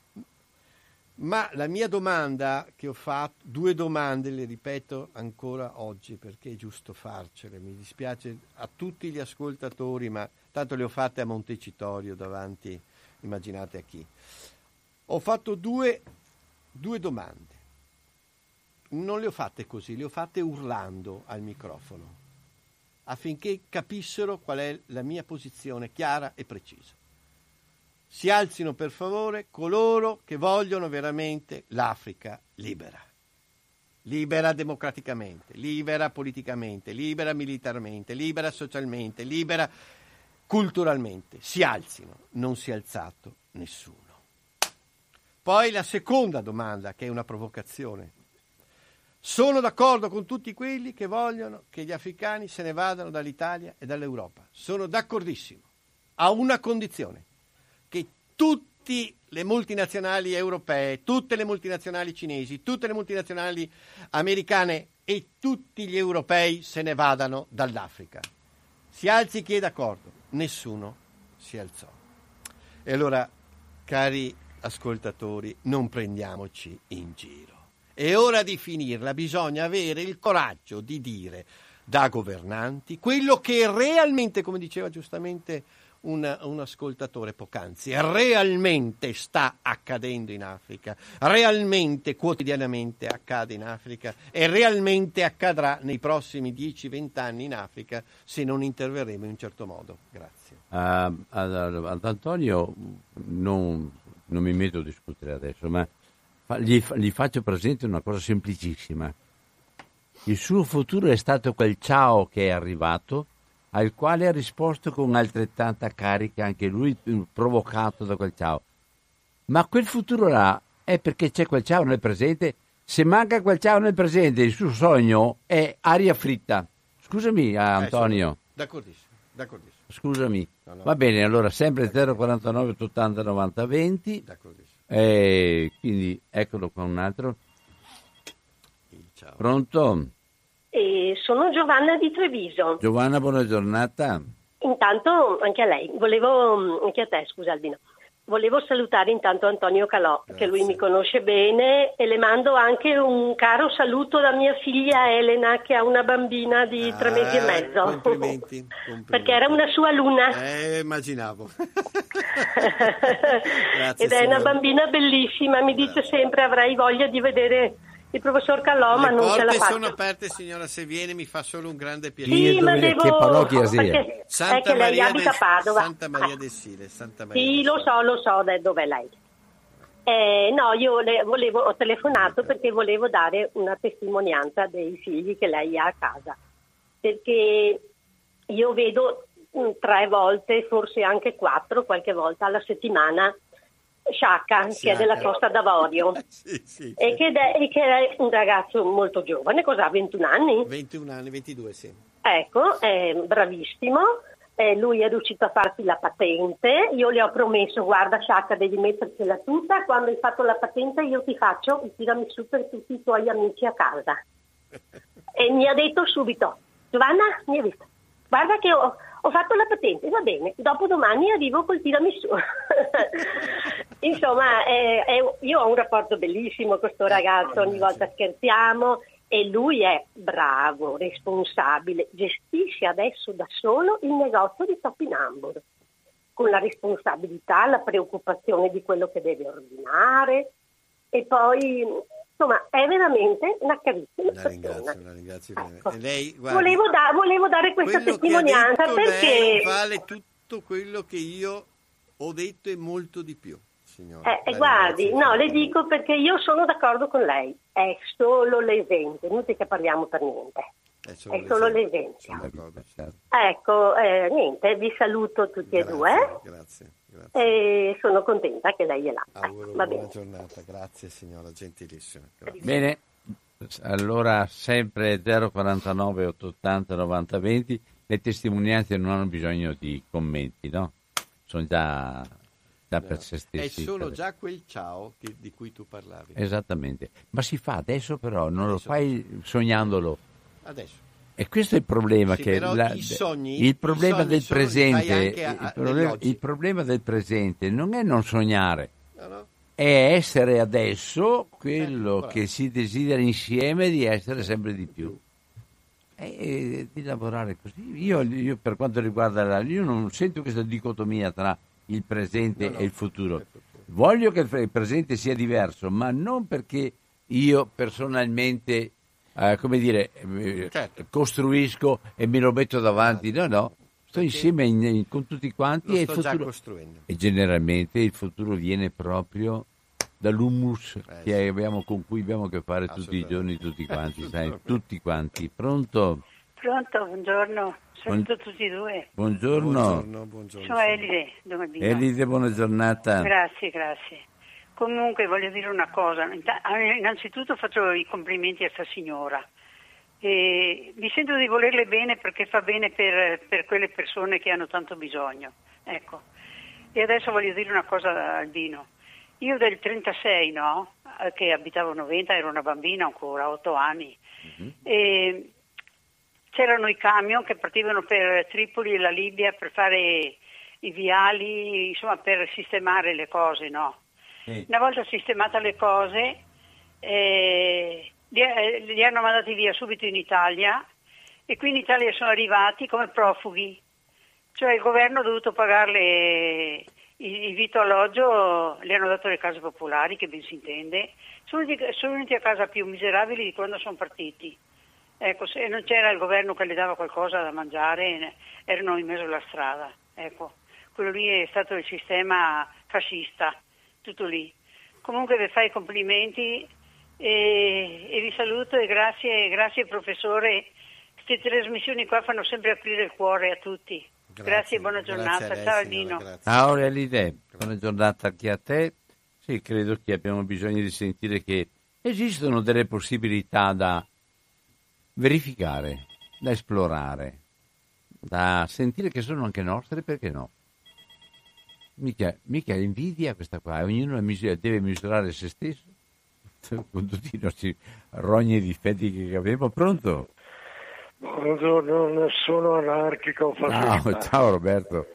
Ma la mia domanda che ho fatto, due domande le ripeto ancora oggi perché è giusto farcele, mi dispiace a tutti gli ascoltatori, ma tanto le ho fatte a Montecitorio davanti, immaginate a chi. Ho fatto due domande, non le ho fatte così, le ho fatte urlando al microfono, affinché capissero qual è la mia posizione chiara e precisa. Si alzino per favore coloro che vogliono veramente l'Africa libera. Libera democraticamente, libera politicamente, libera militarmente, libera socialmente, libera culturalmente. Si alzino, non si è alzato nessuno. Poi la seconda domanda, che è una provocazione. Sono d'accordo con tutti quelli che vogliono che gli africani se ne vadano dall'Italia e dall'Europa. Sono d'accordissimo, a una condizione: che tutte le multinazionali europee, tutte le multinazionali cinesi, tutte le multinazionali americane e tutti gli europei se ne vadano dall'Africa. Si alzi chi è d'accordo. Nessuno si alzò. E allora, cari ascoltatori, non prendiamoci in giro. È ora di finirla, bisogna avere il coraggio di dire da governanti quello che realmente, come diceva giustamente un ascoltatore poc'anzi, realmente sta accadendo in Africa, realmente quotidianamente accade in Africa e realmente accadrà nei prossimi 10-20 anni in Africa se non interverremo in un certo modo. Grazie. Ad Antonio non mi metto a discutere adesso, ma gli faccio presente una cosa semplicissima. Il suo futuro è stato quel ciao che è arrivato, al quale ha risposto con altrettanta carica, anche lui provocato da quel ciao. Ma quel futuro là è perché c'è quel ciao nel presente. Se manca quel ciao nel presente, il suo sogno è aria fritta. Scusami, Antonio. D'accordissimo. Scusami. No. Va bene, allora sempre 049 80 90 20. D'accordissimo. Quindi eccolo qua un altro. Ciao. Pronto? Sono Giovanna di Treviso. Giovanna, buona giornata. Intanto anche a lei, anche a te, scusa Albino. Volevo salutare intanto Antonio Calò, Grazie. che lui mi conosce bene, e le mando anche un caro saluto da mia figlia Elena, che ha una bambina di 3 mesi e mezzo. Complimenti. Perché era una sua alunna. Immaginavo. Grazie, ed è una bambina bellissima, mi dice sempre avrei voglia di vedere il professor Calò, ma non ce la faccio. Le porte sono aperte, signora, se viene mi fa solo un grande piacere. Sì, ma devo... Che parrocchia sia? Santa Maria lei abita a Padova. Santa Maria del Sile. Sì, lo so dov'è lei. No, io ho telefonato perché volevo dare una testimonianza dei figli che lei ha a casa. Perché io vedo 3 volte, forse anche 4, qualche volta alla settimana, Sciacca, che è della Costa d'Avorio, sì. E che è un ragazzo molto giovane, cosa ha, 21 anni? 21 anni, 22, sì. Ecco, è bravissimo, lui è riuscito a farsi la patente, io le ho promesso, guarda Sciacca, devi mettercela tutta, quando hai fatto la patente io ti faccio il tiramisù per tutti i tuoi amici a casa. E mi ha detto subito, Giovanna, mi ha detto, guarda che ho fatto la patente, va bene, dopo domani arrivo col tiramisù. Insomma, io ho un rapporto bellissimo con questo ragazzo, ogni volta scherziamo e lui è bravo, responsabile, gestisce adesso da solo il negozio di Topinambur. con la responsabilità, la preoccupazione di quello che deve ordinare, e poi insomma è veramente una carissima persona. La ringrazio. Ecco. E lei, guardi, volevo dare questa testimonianza perché lei vale tutto quello che io ho detto e molto di più, signora. Guardi, no, le dico perché io sono d'accordo con lei, è solo l'esempio, inutile che parliamo per niente. È solo l'esempio. Ecco, niente, vi saluto tutti e due. Grazie. E sono contenta che lei è là. Auguro Va buona bene. giornata, grazie signora, gentilissima. Grazie. Bene, allora sempre 049 880 90 20, le testimonianze non hanno bisogno di commenti, no? Sono già per se stessi. È solo già quel ciao di cui tu parlavi. Esattamente, ma si fa adesso però, non lo fai sognandolo. Adesso. E questo è il problema, Sì, che il problema del presente, il il problema del presente non è non sognare, no. È essere adesso quello che si desidera insieme di essere sempre di più. E di lavorare così. Io per quanto riguarda io non sento questa dicotomia tra il presente e il futuro. Voglio che il presente sia diverso, ma non perché io personalmente costruisco e me lo metto davanti, no, sto insieme con tutti quanti e il futuro, già costruendo. E generalmente il futuro viene proprio dall'hummus che abbiamo, con cui abbiamo a che fare tutti i giorni, tutti quanti, sai, tutti quanti. Pronto, buongiorno, saluto tutti e due. Buongiorno. Sono Elide Domandino. Elide, buona giornata. Grazie. Comunque voglio dire una cosa, innanzitutto faccio i complimenti a sta signora. Mi sento di volerle bene perché fa bene per quelle persone che hanno tanto bisogno. Ecco. E adesso voglio dire una cosa a Albino. Io del 36, no? Che abitavo a Noventa, ero una bambina ancora, 8 anni. E c'erano i camion che partivano per Tripoli e la Libia per fare i viali, insomma per sistemare le cose, no? Una volta sistemate le cose, li hanno mandati via subito in Italia e qui in Italia sono arrivati come profughi, cioè il governo ha dovuto pagarle il vitto alloggio, le hanno dato le case popolari, che ben si intende, sono venuti a casa più miserabili di quando sono partiti. Ecco, se non c'era il governo che le dava qualcosa da mangiare, erano in mezzo alla strada. Ecco, quello lì è stato il sistema fascista. Tutto lì. Comunque vi fai i complimenti e vi saluto e grazie professore. Queste trasmissioni qua fanno sempre aprire il cuore a tutti. Grazie e buona giornata. Lei, ciao Albino. Ciao Elide, buona giornata anche a te. Sì, credo che abbiamo bisogno di sentire che esistono delle possibilità da verificare, da esplorare, da sentire che sono anche nostre, perché no? Mica invidia questa qua, ognuno deve misurare se stesso con tutti i nostri rogni e difetti che abbiamo. Pronto? Buongiorno, non sono anarchico fascista. Ciao Roberto.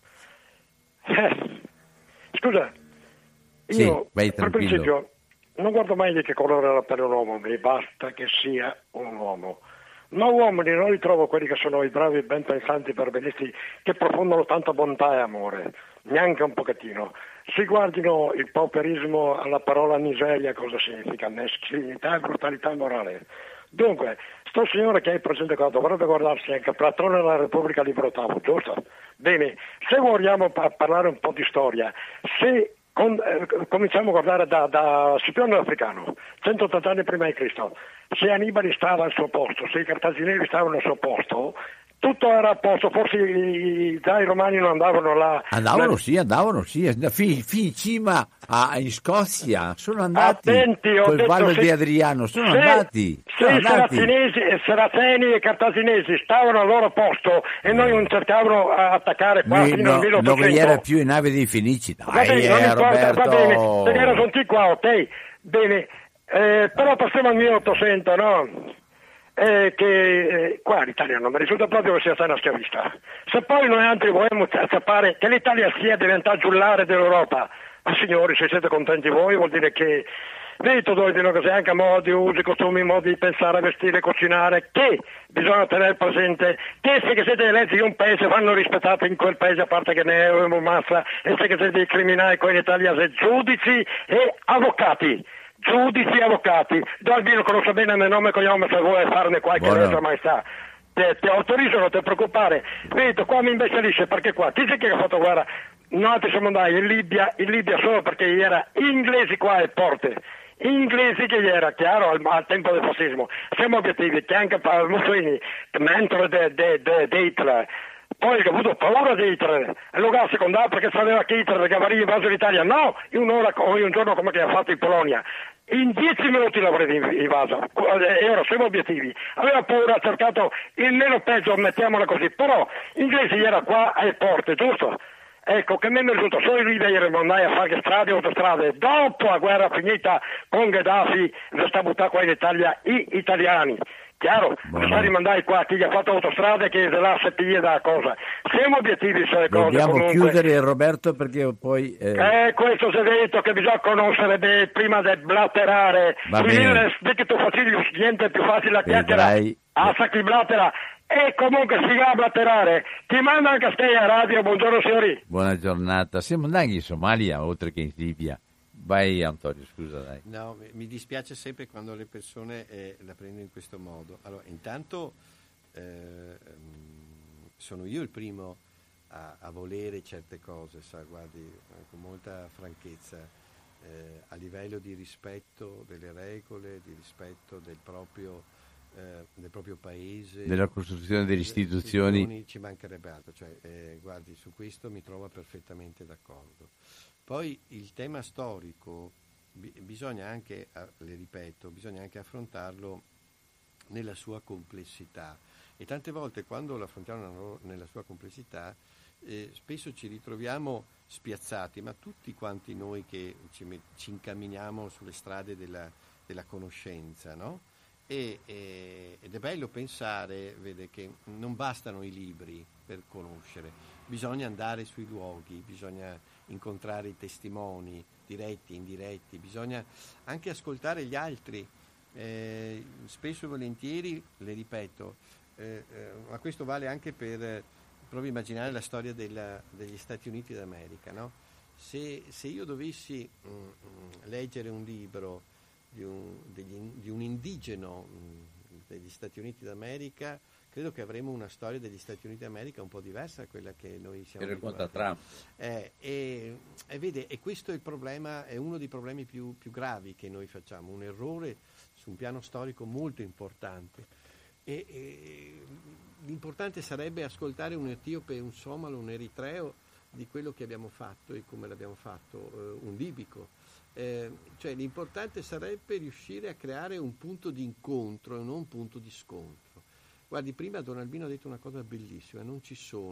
Scusa, io per principio non guardo mai di che colore è la pelle un uomo, mi basta che sia un uomo. Ma uomini non li trovo quelli che sono i bravi, ben pensanti perbenisti che profondano tanta bontà e amore, neanche un pochettino. Si guardino il pauperismo alla parola miseria, cosa significa, meschinità e brutalità morale. Dunque, sto signore che hai presente qua dovrebbe guardarsi anche Platone della Repubblica Libro Ottavo, giusto? Bene, se vogliamo parlare un po' di storia, se cominciamo a guardare da Scipione l'Africano, 180 anni prima di Cristo, se Annibale stava al suo posto, se i cartaginesi stavano al suo posto, tutto era a posto, forse i romani non andavano là. Andavano sì, in cima in Scozia, sono andati. Attenti, col Vallo di Adriano, sono andati. Se i Saraceni e i cartaginesi stavano al loro posto e noi non cercavano a attaccare qua fino al 1800. Non vi era più in nave dei Fenici, dai, va bene, Roberto. Va bene, te ne ero tutti qua, ok? Bene, però passiamo al 1800, no? Che qua l'Italia non mi risulta proprio che sia stata schiavista. Se poi noi altri vogliamo sapere che l'Italia sia diventata giullare dell'Europa, ma signori, se siete contenti voi vuol dire che Vedi, dove dicono che c'è anche modi, usi, costumi, modi di pensare, vestire, cucinare, che bisogna tenere presente che se che siete eletti di un paese vanno rispettati in quel paese, a parte che ne è una massa, e se che siete dei criminali qua in Italia, se giudici e avvocati. Giudici e avvocati. Do Albino conosce bene il nome e cognome se vuole farne qualche regia maestà. Ti autorizzo, non ti preoccupare. Vedi, qua mi imbestialisce perché qua, chi c'è che ha fatto guerra? Noi siamo andati in Libia solo perché era inglesi qua alle porte. Inglesi che era chiaro al tempo del fascismo. Siamo obiettivi che anche Mussolini, mentore di Hitler, poi ha avuto paura di Hitler, e lo ha secondato perché sapeva che Hitler cavaria invaso l'Italia, no, in un'ora o in un giorno come che ha fatto in Polonia. In 10 minuti l'avrebbe invaso, e ora siamo obiettivi. Aveva paura, ha cercato il meno peggio, mettiamola così, però inglesi era qua alle porte, giusto? Ecco, che mi è risulta solo in Libia andai a fare strade e autostrade, dopo la guerra finita con Gheddafi, vi sta buttando qua in Italia gli italiani. Chiaro, sta rimandare qua chi ha fatto autostrade che se là se piglia da cosa. Siamo obiettivi sulle cose. Dobbiamo comunque chiudere, Roberto, perché poi questo si è detto che bisogna conoscere bene prima di blatterare. Che tu facili niente più facile la chiacchiera. Sa chi blattera. E comunque si va a blatterare. Ti manda anche a te a radio. Buongiorno signori. Buona giornata. Siamo andati in Somalia oltre che in Libia. Vai Antonio, scusa dai. No, mi dispiace sempre quando le persone la prendono in questo modo. Allora, intanto sono io il primo a volere certe cose, sa, guardi, con molta franchezza, a livello di rispetto delle regole, di rispetto del proprio paese, della costruzione delle istituzioni. Ci mancherebbe altro, cioè, guardi, su questo mi trovo perfettamente d'accordo. Poi il tema storico bisogna anche, le ripeto, bisogna anche affrontarlo nella sua complessità, e tante volte quando lo affrontiamo nella sua complessità spesso ci ritroviamo spiazzati, ma tutti quanti noi che ci incamminiamo sulle strade della conoscenza, no? Ed è bello pensare, vede, che non bastano i libri per conoscere, bisogna andare sui luoghi, bisogna incontrare i testimoni diretti, indiretti, bisogna anche ascoltare gli altri, spesso e volentieri, le ripeto, ma questo vale anche per proprio immaginare la storia degli Stati Uniti d'America, no? Se io dovessi leggere un libro di un indigeno degli Stati Uniti d'America, credo che avremo una storia degli Stati Uniti d'America un po' diversa da quella che noi siamo abituati. Trump. E vede, e questo è il problema, è uno dei problemi più gravi che noi facciamo, un errore su un piano storico molto importante. E l'importante sarebbe ascoltare un etiope, un somalo, un eritreo di quello che abbiamo fatto e come l'abbiamo fatto, un libico. Cioè l'importante sarebbe riuscire a creare un punto di incontro e non un punto di scontro. Guardi, prima Don Albino ha detto una cosa bellissima, non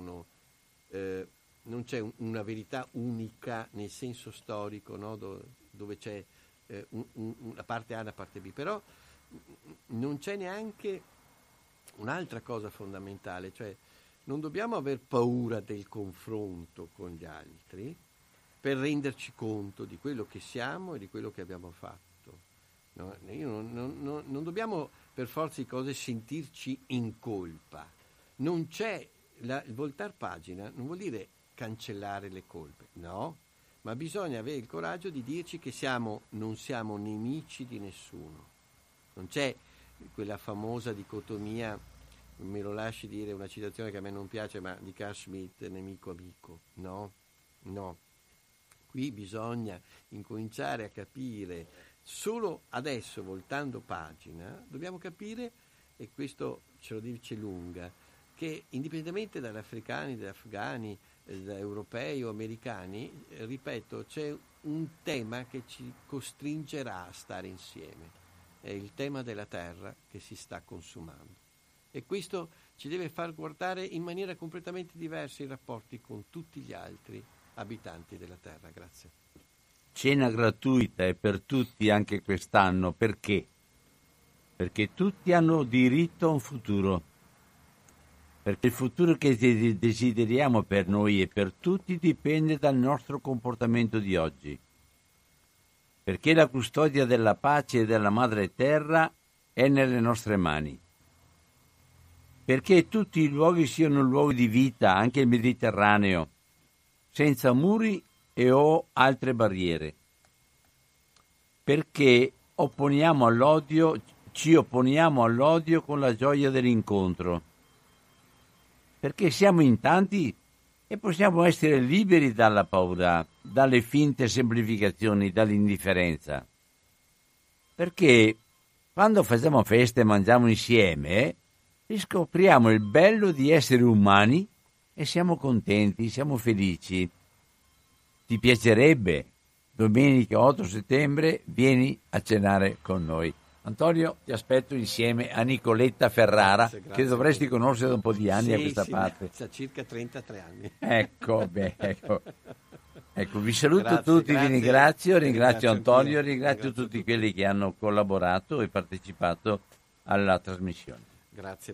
c'è una verità unica nel senso storico, no? Dove c'è una parte A e una parte B, però non c'è neanche un'altra cosa fondamentale, cioè non dobbiamo aver paura del confronto con gli altri per renderci conto di quello che siamo e di quello che abbiamo fatto. No? Non dobbiamo per forza di cose sentirci in colpa. Non c'è il voltar pagina, non vuol dire cancellare le colpe, no, ma bisogna avere il coraggio di dirci che non siamo nemici di nessuno. Non c'è quella famosa dicotomia, me lo lasci dire una citazione che a me non piace, ma di Carl Schmitt, nemico amico, no. Qui bisogna incominciare a capire, solo adesso, voltando pagina, dobbiamo capire, e questo ce lo dice lunga, che indipendentemente dagli africani, dagli afghani, da europei o americani, ripeto, c'è un tema che ci costringerà a stare insieme, è il tema della terra che si sta consumando. E questo ci deve far guardare in maniera completamente diversa i rapporti con tutti gli altri abitanti della terra. Grazie. Cena gratuita è per tutti anche quest'anno, perché? Perché tutti hanno diritto a un futuro, perché il futuro che desideriamo per noi e per tutti dipende dal nostro comportamento di oggi, perché la custodia della pace e della madre terra è nelle nostre mani. Perché tutti i luoghi siano luoghi di vita, anche il Mediterraneo, senza muri o altre barriere. Perché ci opponiamo all'odio con la gioia dell'incontro. Perché siamo in tanti e possiamo essere liberi dalla paura, dalle finte semplificazioni, dall'indifferenza. Perché quando facciamo feste e mangiamo insieme, riscopriamo il bello di essere umani e siamo contenti, siamo felici. Ti piacerebbe? Domenica 8 settembre vieni a cenare con noi. Antonio, ti aspetto insieme a Nicoletta Ferrara, grazie, che dovresti conoscere da un po' di anni a questa parte. C'ha circa 33 anni. Ecco, vi saluto tutti, vi ringrazio Antonio, ringrazio tutti quelli che hanno collaborato e partecipato alla trasmissione. Grazie.